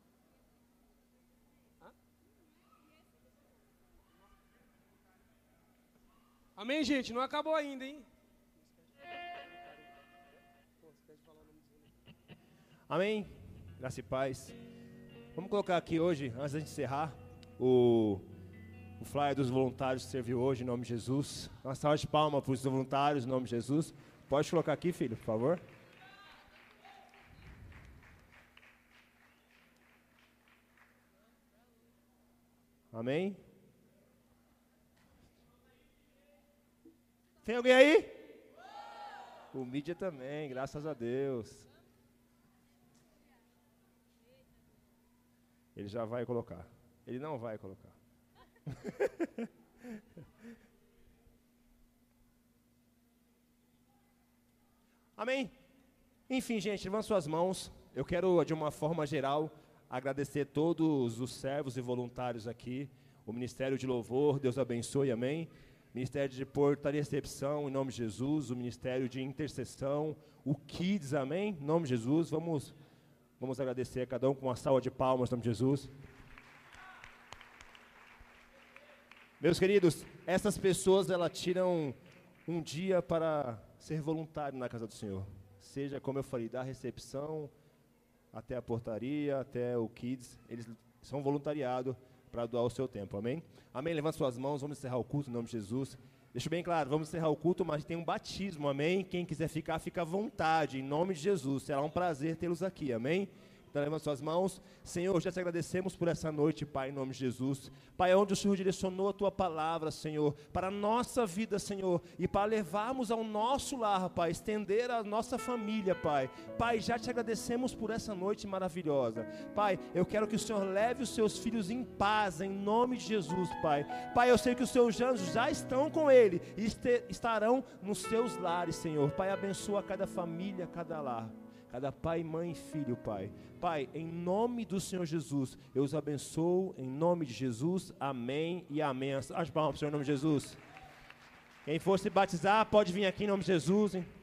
Amém, gente? Não acabou ainda, hein? Amém? Graça e paz. Vamos colocar aqui hoje, antes de encerrar, o, o flyer dos voluntários que serviu hoje, em nome de Jesus. Uma salva de palmas para os voluntários, em nome de Jesus. Pode colocar aqui, filho, por favor. Amém? Tem alguém aí? O mídia também, graças a Deus. Ele já vai colocar. Ele não vai colocar. Amém? Enfim, gente, levanta suas mãos. Eu quero, de uma forma geral, agradecer todos os servos e voluntários aqui. O Ministério de Louvor, Deus abençoe, amém? Ministério de Porta e Recepção, em nome de Jesus. O Ministério de Intercessão, o Kids, amém? Em nome de Jesus, vamos, vamos agradecer a cada um com uma salva de palmas, em nome de Jesus. Meus queridos, essas pessoas, elas tiram um dia para ser voluntário na casa do Senhor. Seja, como eu falei, da recepção até a portaria, até o Kids, eles são voluntariado para doar o seu tempo, amém? Amém? Levanta suas mãos, vamos encerrar o culto em nome de Jesus. Deixa bem claro, vamos encerrar o culto, mas tem um batismo, amém? Quem quiser ficar, fica à vontade, em nome de Jesus. Será um prazer tê-los aqui, amém? Então levanta suas mãos. Senhor, já te agradecemos por essa noite, Pai, em nome de Jesus. Pai, onde o Senhor direcionou a Tua palavra, Senhor, para a nossa vida, Senhor, e para levarmos ao nosso lar, Pai, estender a nossa família, Pai. Pai, já te agradecemos por essa noite maravilhosa. Pai, eu quero que o Senhor leve os seus filhos em paz, em nome de Jesus, Pai. Pai, eu sei que os seus anjos já estão com Ele e este, estarão nos seus lares, Senhor. Pai, abençoa cada família, cada lar. Cada pai, mãe e filho, Pai. Pai, em nome do Senhor Jesus, eu os abençoo, em nome de Jesus, amém e amém. As palmas para o Senhor, em nome de Jesus. Quem for se batizar, pode vir aqui em nome de Jesus, hein?